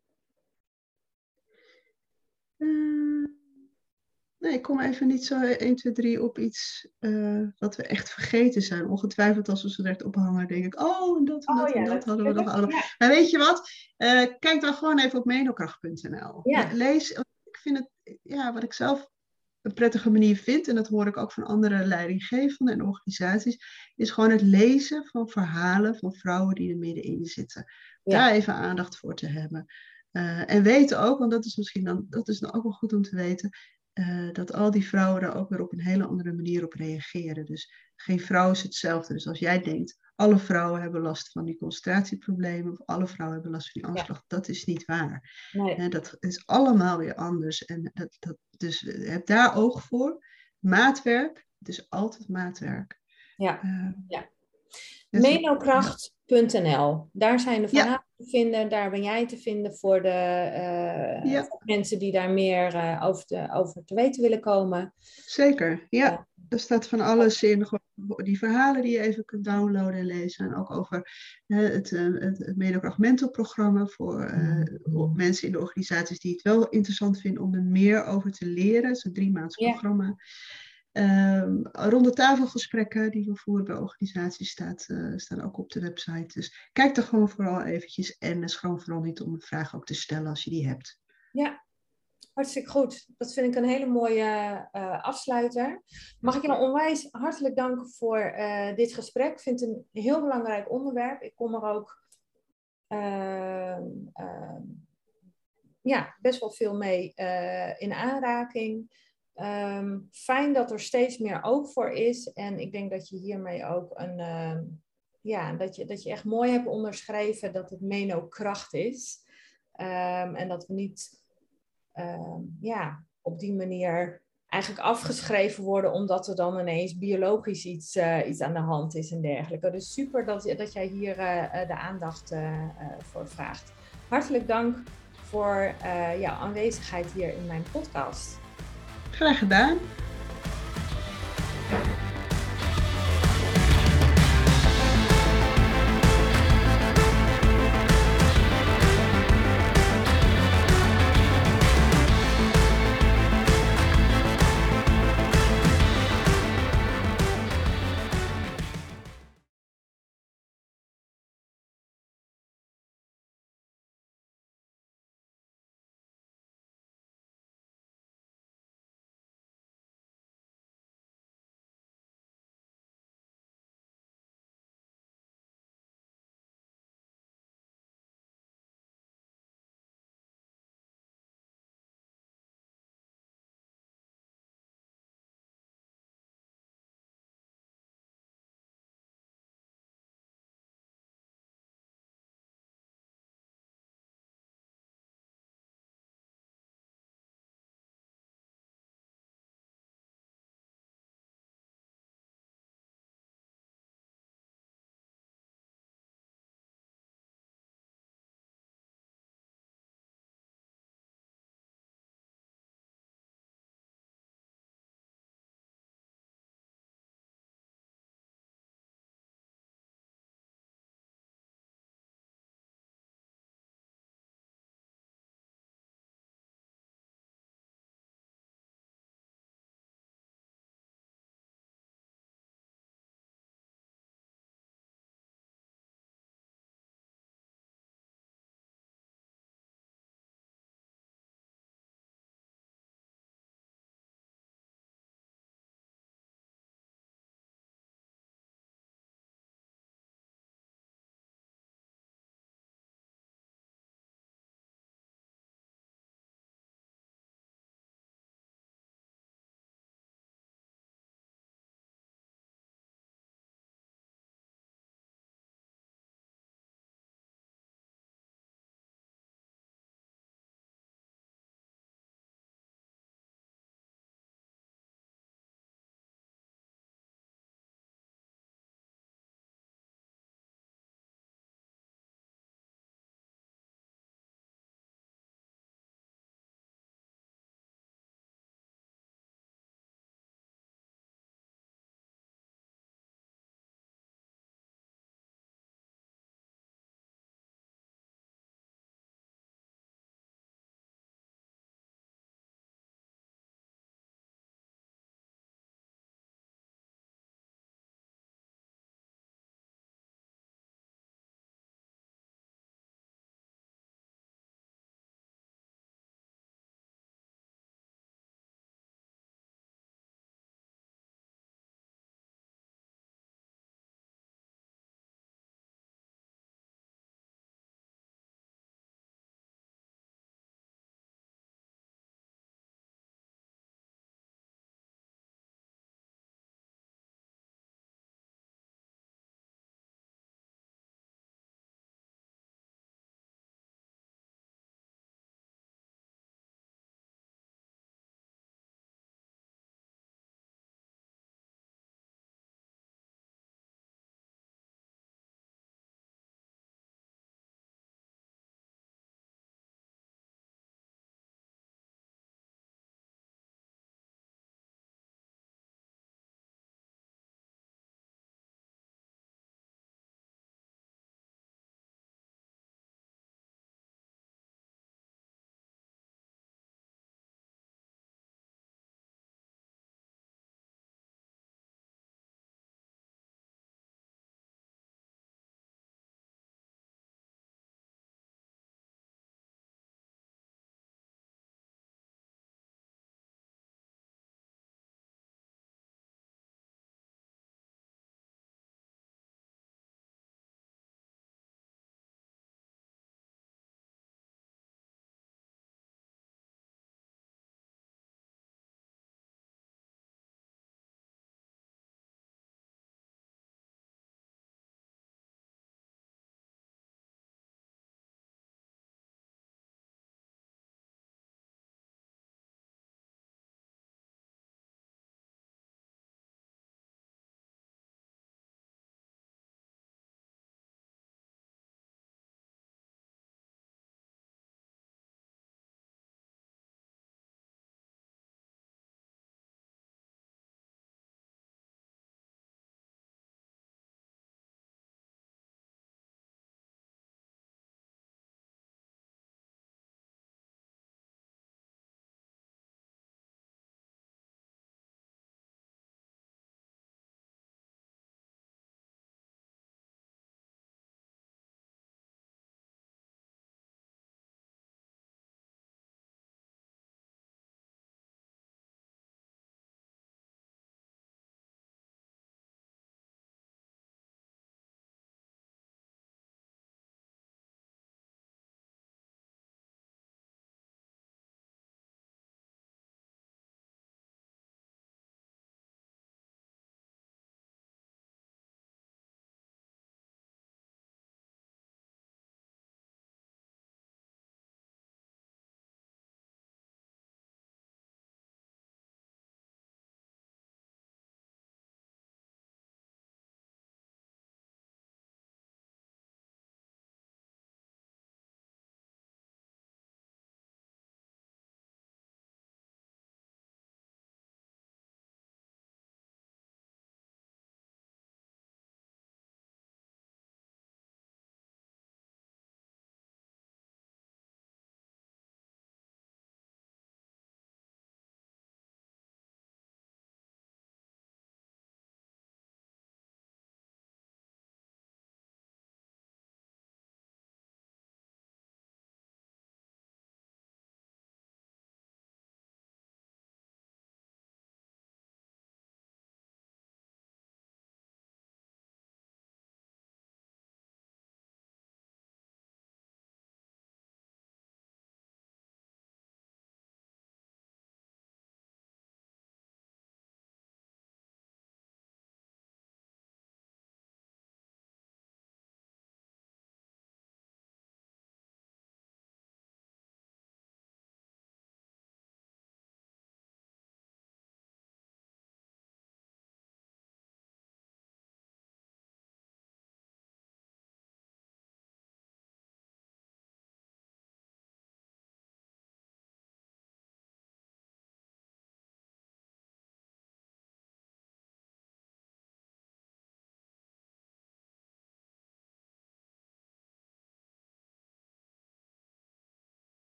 Uh, nee, ik kom even niet zo één, twee, drie op iets uh, wat we echt vergeten zijn. Ongetwijfeld als we ze direct ophangen, denk ik, oh, en dat en dat oh, en ja, dat, dat hadden we nog allemaal. Ja. Maar weet je wat? Uh, kijk dan gewoon even op menokracht punt n l. Ja. Lees, ik vind het, ja, wat ik zelf een prettige manier vind, en dat hoor ik ook van andere leidinggevenden en organisaties, is gewoon het lezen van verhalen van vrouwen die er middenin zitten. Ja. Daar even aandacht voor te hebben. Uh, en weten ook, want dat is misschien dan, dat is dan ook wel goed om te weten, uh, dat al die vrouwen daar ook weer op een hele andere manier op reageren. Dus geen vrouw is hetzelfde. Dus als jij denkt, alle vrouwen hebben last van die concentratieproblemen, of alle vrouwen hebben last van die aanslag, ja. Dat is niet waar. Nee. Uh, dat is allemaal weer anders. En dat, dat, dus heb daar oog voor. Maatwerk, het is altijd maatwerk. Ja, uh, ja. menokracht punt n l. Daar zijn de verhalen ja. te vinden. Daar ben jij te vinden voor de uh, ja. voor mensen die daar meer uh, over, te, over te weten willen komen. Zeker, ja. Uh, er staat van alles in. Die verhalen die je even kunt downloaden en lezen. En ook over uh, het, uh, het menokracht mentorprogramma voor uh, mensen in de organisaties die het wel interessant vinden om er meer over te leren. Het is een drie maands ja. programma. Um, ronde tafelgesprekken die we voeren bij organisaties staat, uh, staan ook op de website. Dus kijk er gewoon vooral eventjes en uh, schroom vooral niet om een vraag ook te stellen als je die hebt. Ja, hartstikke goed. Dat vind ik een hele mooie uh, afsluiter. Mag ik je nou onwijs hartelijk danken voor uh, dit gesprek. Ik vind het een heel belangrijk onderwerp. Ik kom er ook uh, uh, ja, best wel veel mee uh, in aanraking. Um, fijn dat er steeds meer oog voor is. En ik denk dat je hiermee ook een... Uh, ja, dat je, dat je echt mooi hebt onderschreven dat het menokracht is. Um, en dat we niet um, ja, op die manier eigenlijk afgeschreven worden omdat er dan ineens biologisch iets, uh, iets aan de hand is en dergelijke. Dus super dat, dat jij hier uh, de aandacht uh, uh, voor vraagt. Hartelijk dank voor uh, jouw aanwezigheid hier in mijn podcast. Graag gedaan.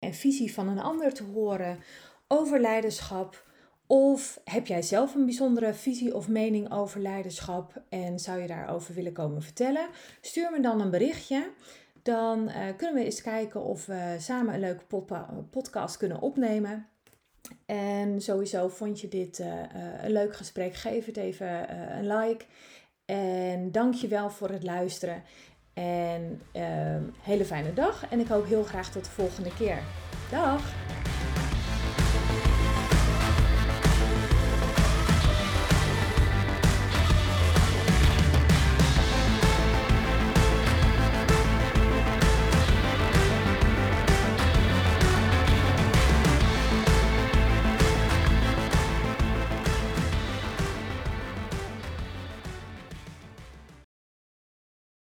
en visie van een ander te horen over leiderschap. Of heb jij zelf een bijzondere visie of mening over leiderschap en zou je daarover willen komen vertellen? Stuur me dan een berichtje. Dan uh, kunnen we eens kijken of we samen een leuke pod- podcast kunnen opnemen. En sowieso vond je dit uh, uh, een leuk gesprek, geef het even uh, een like. En dank je wel voor het luisteren. En uh, hele fijne dag. En ik hoop heel graag tot de volgende keer. Dag!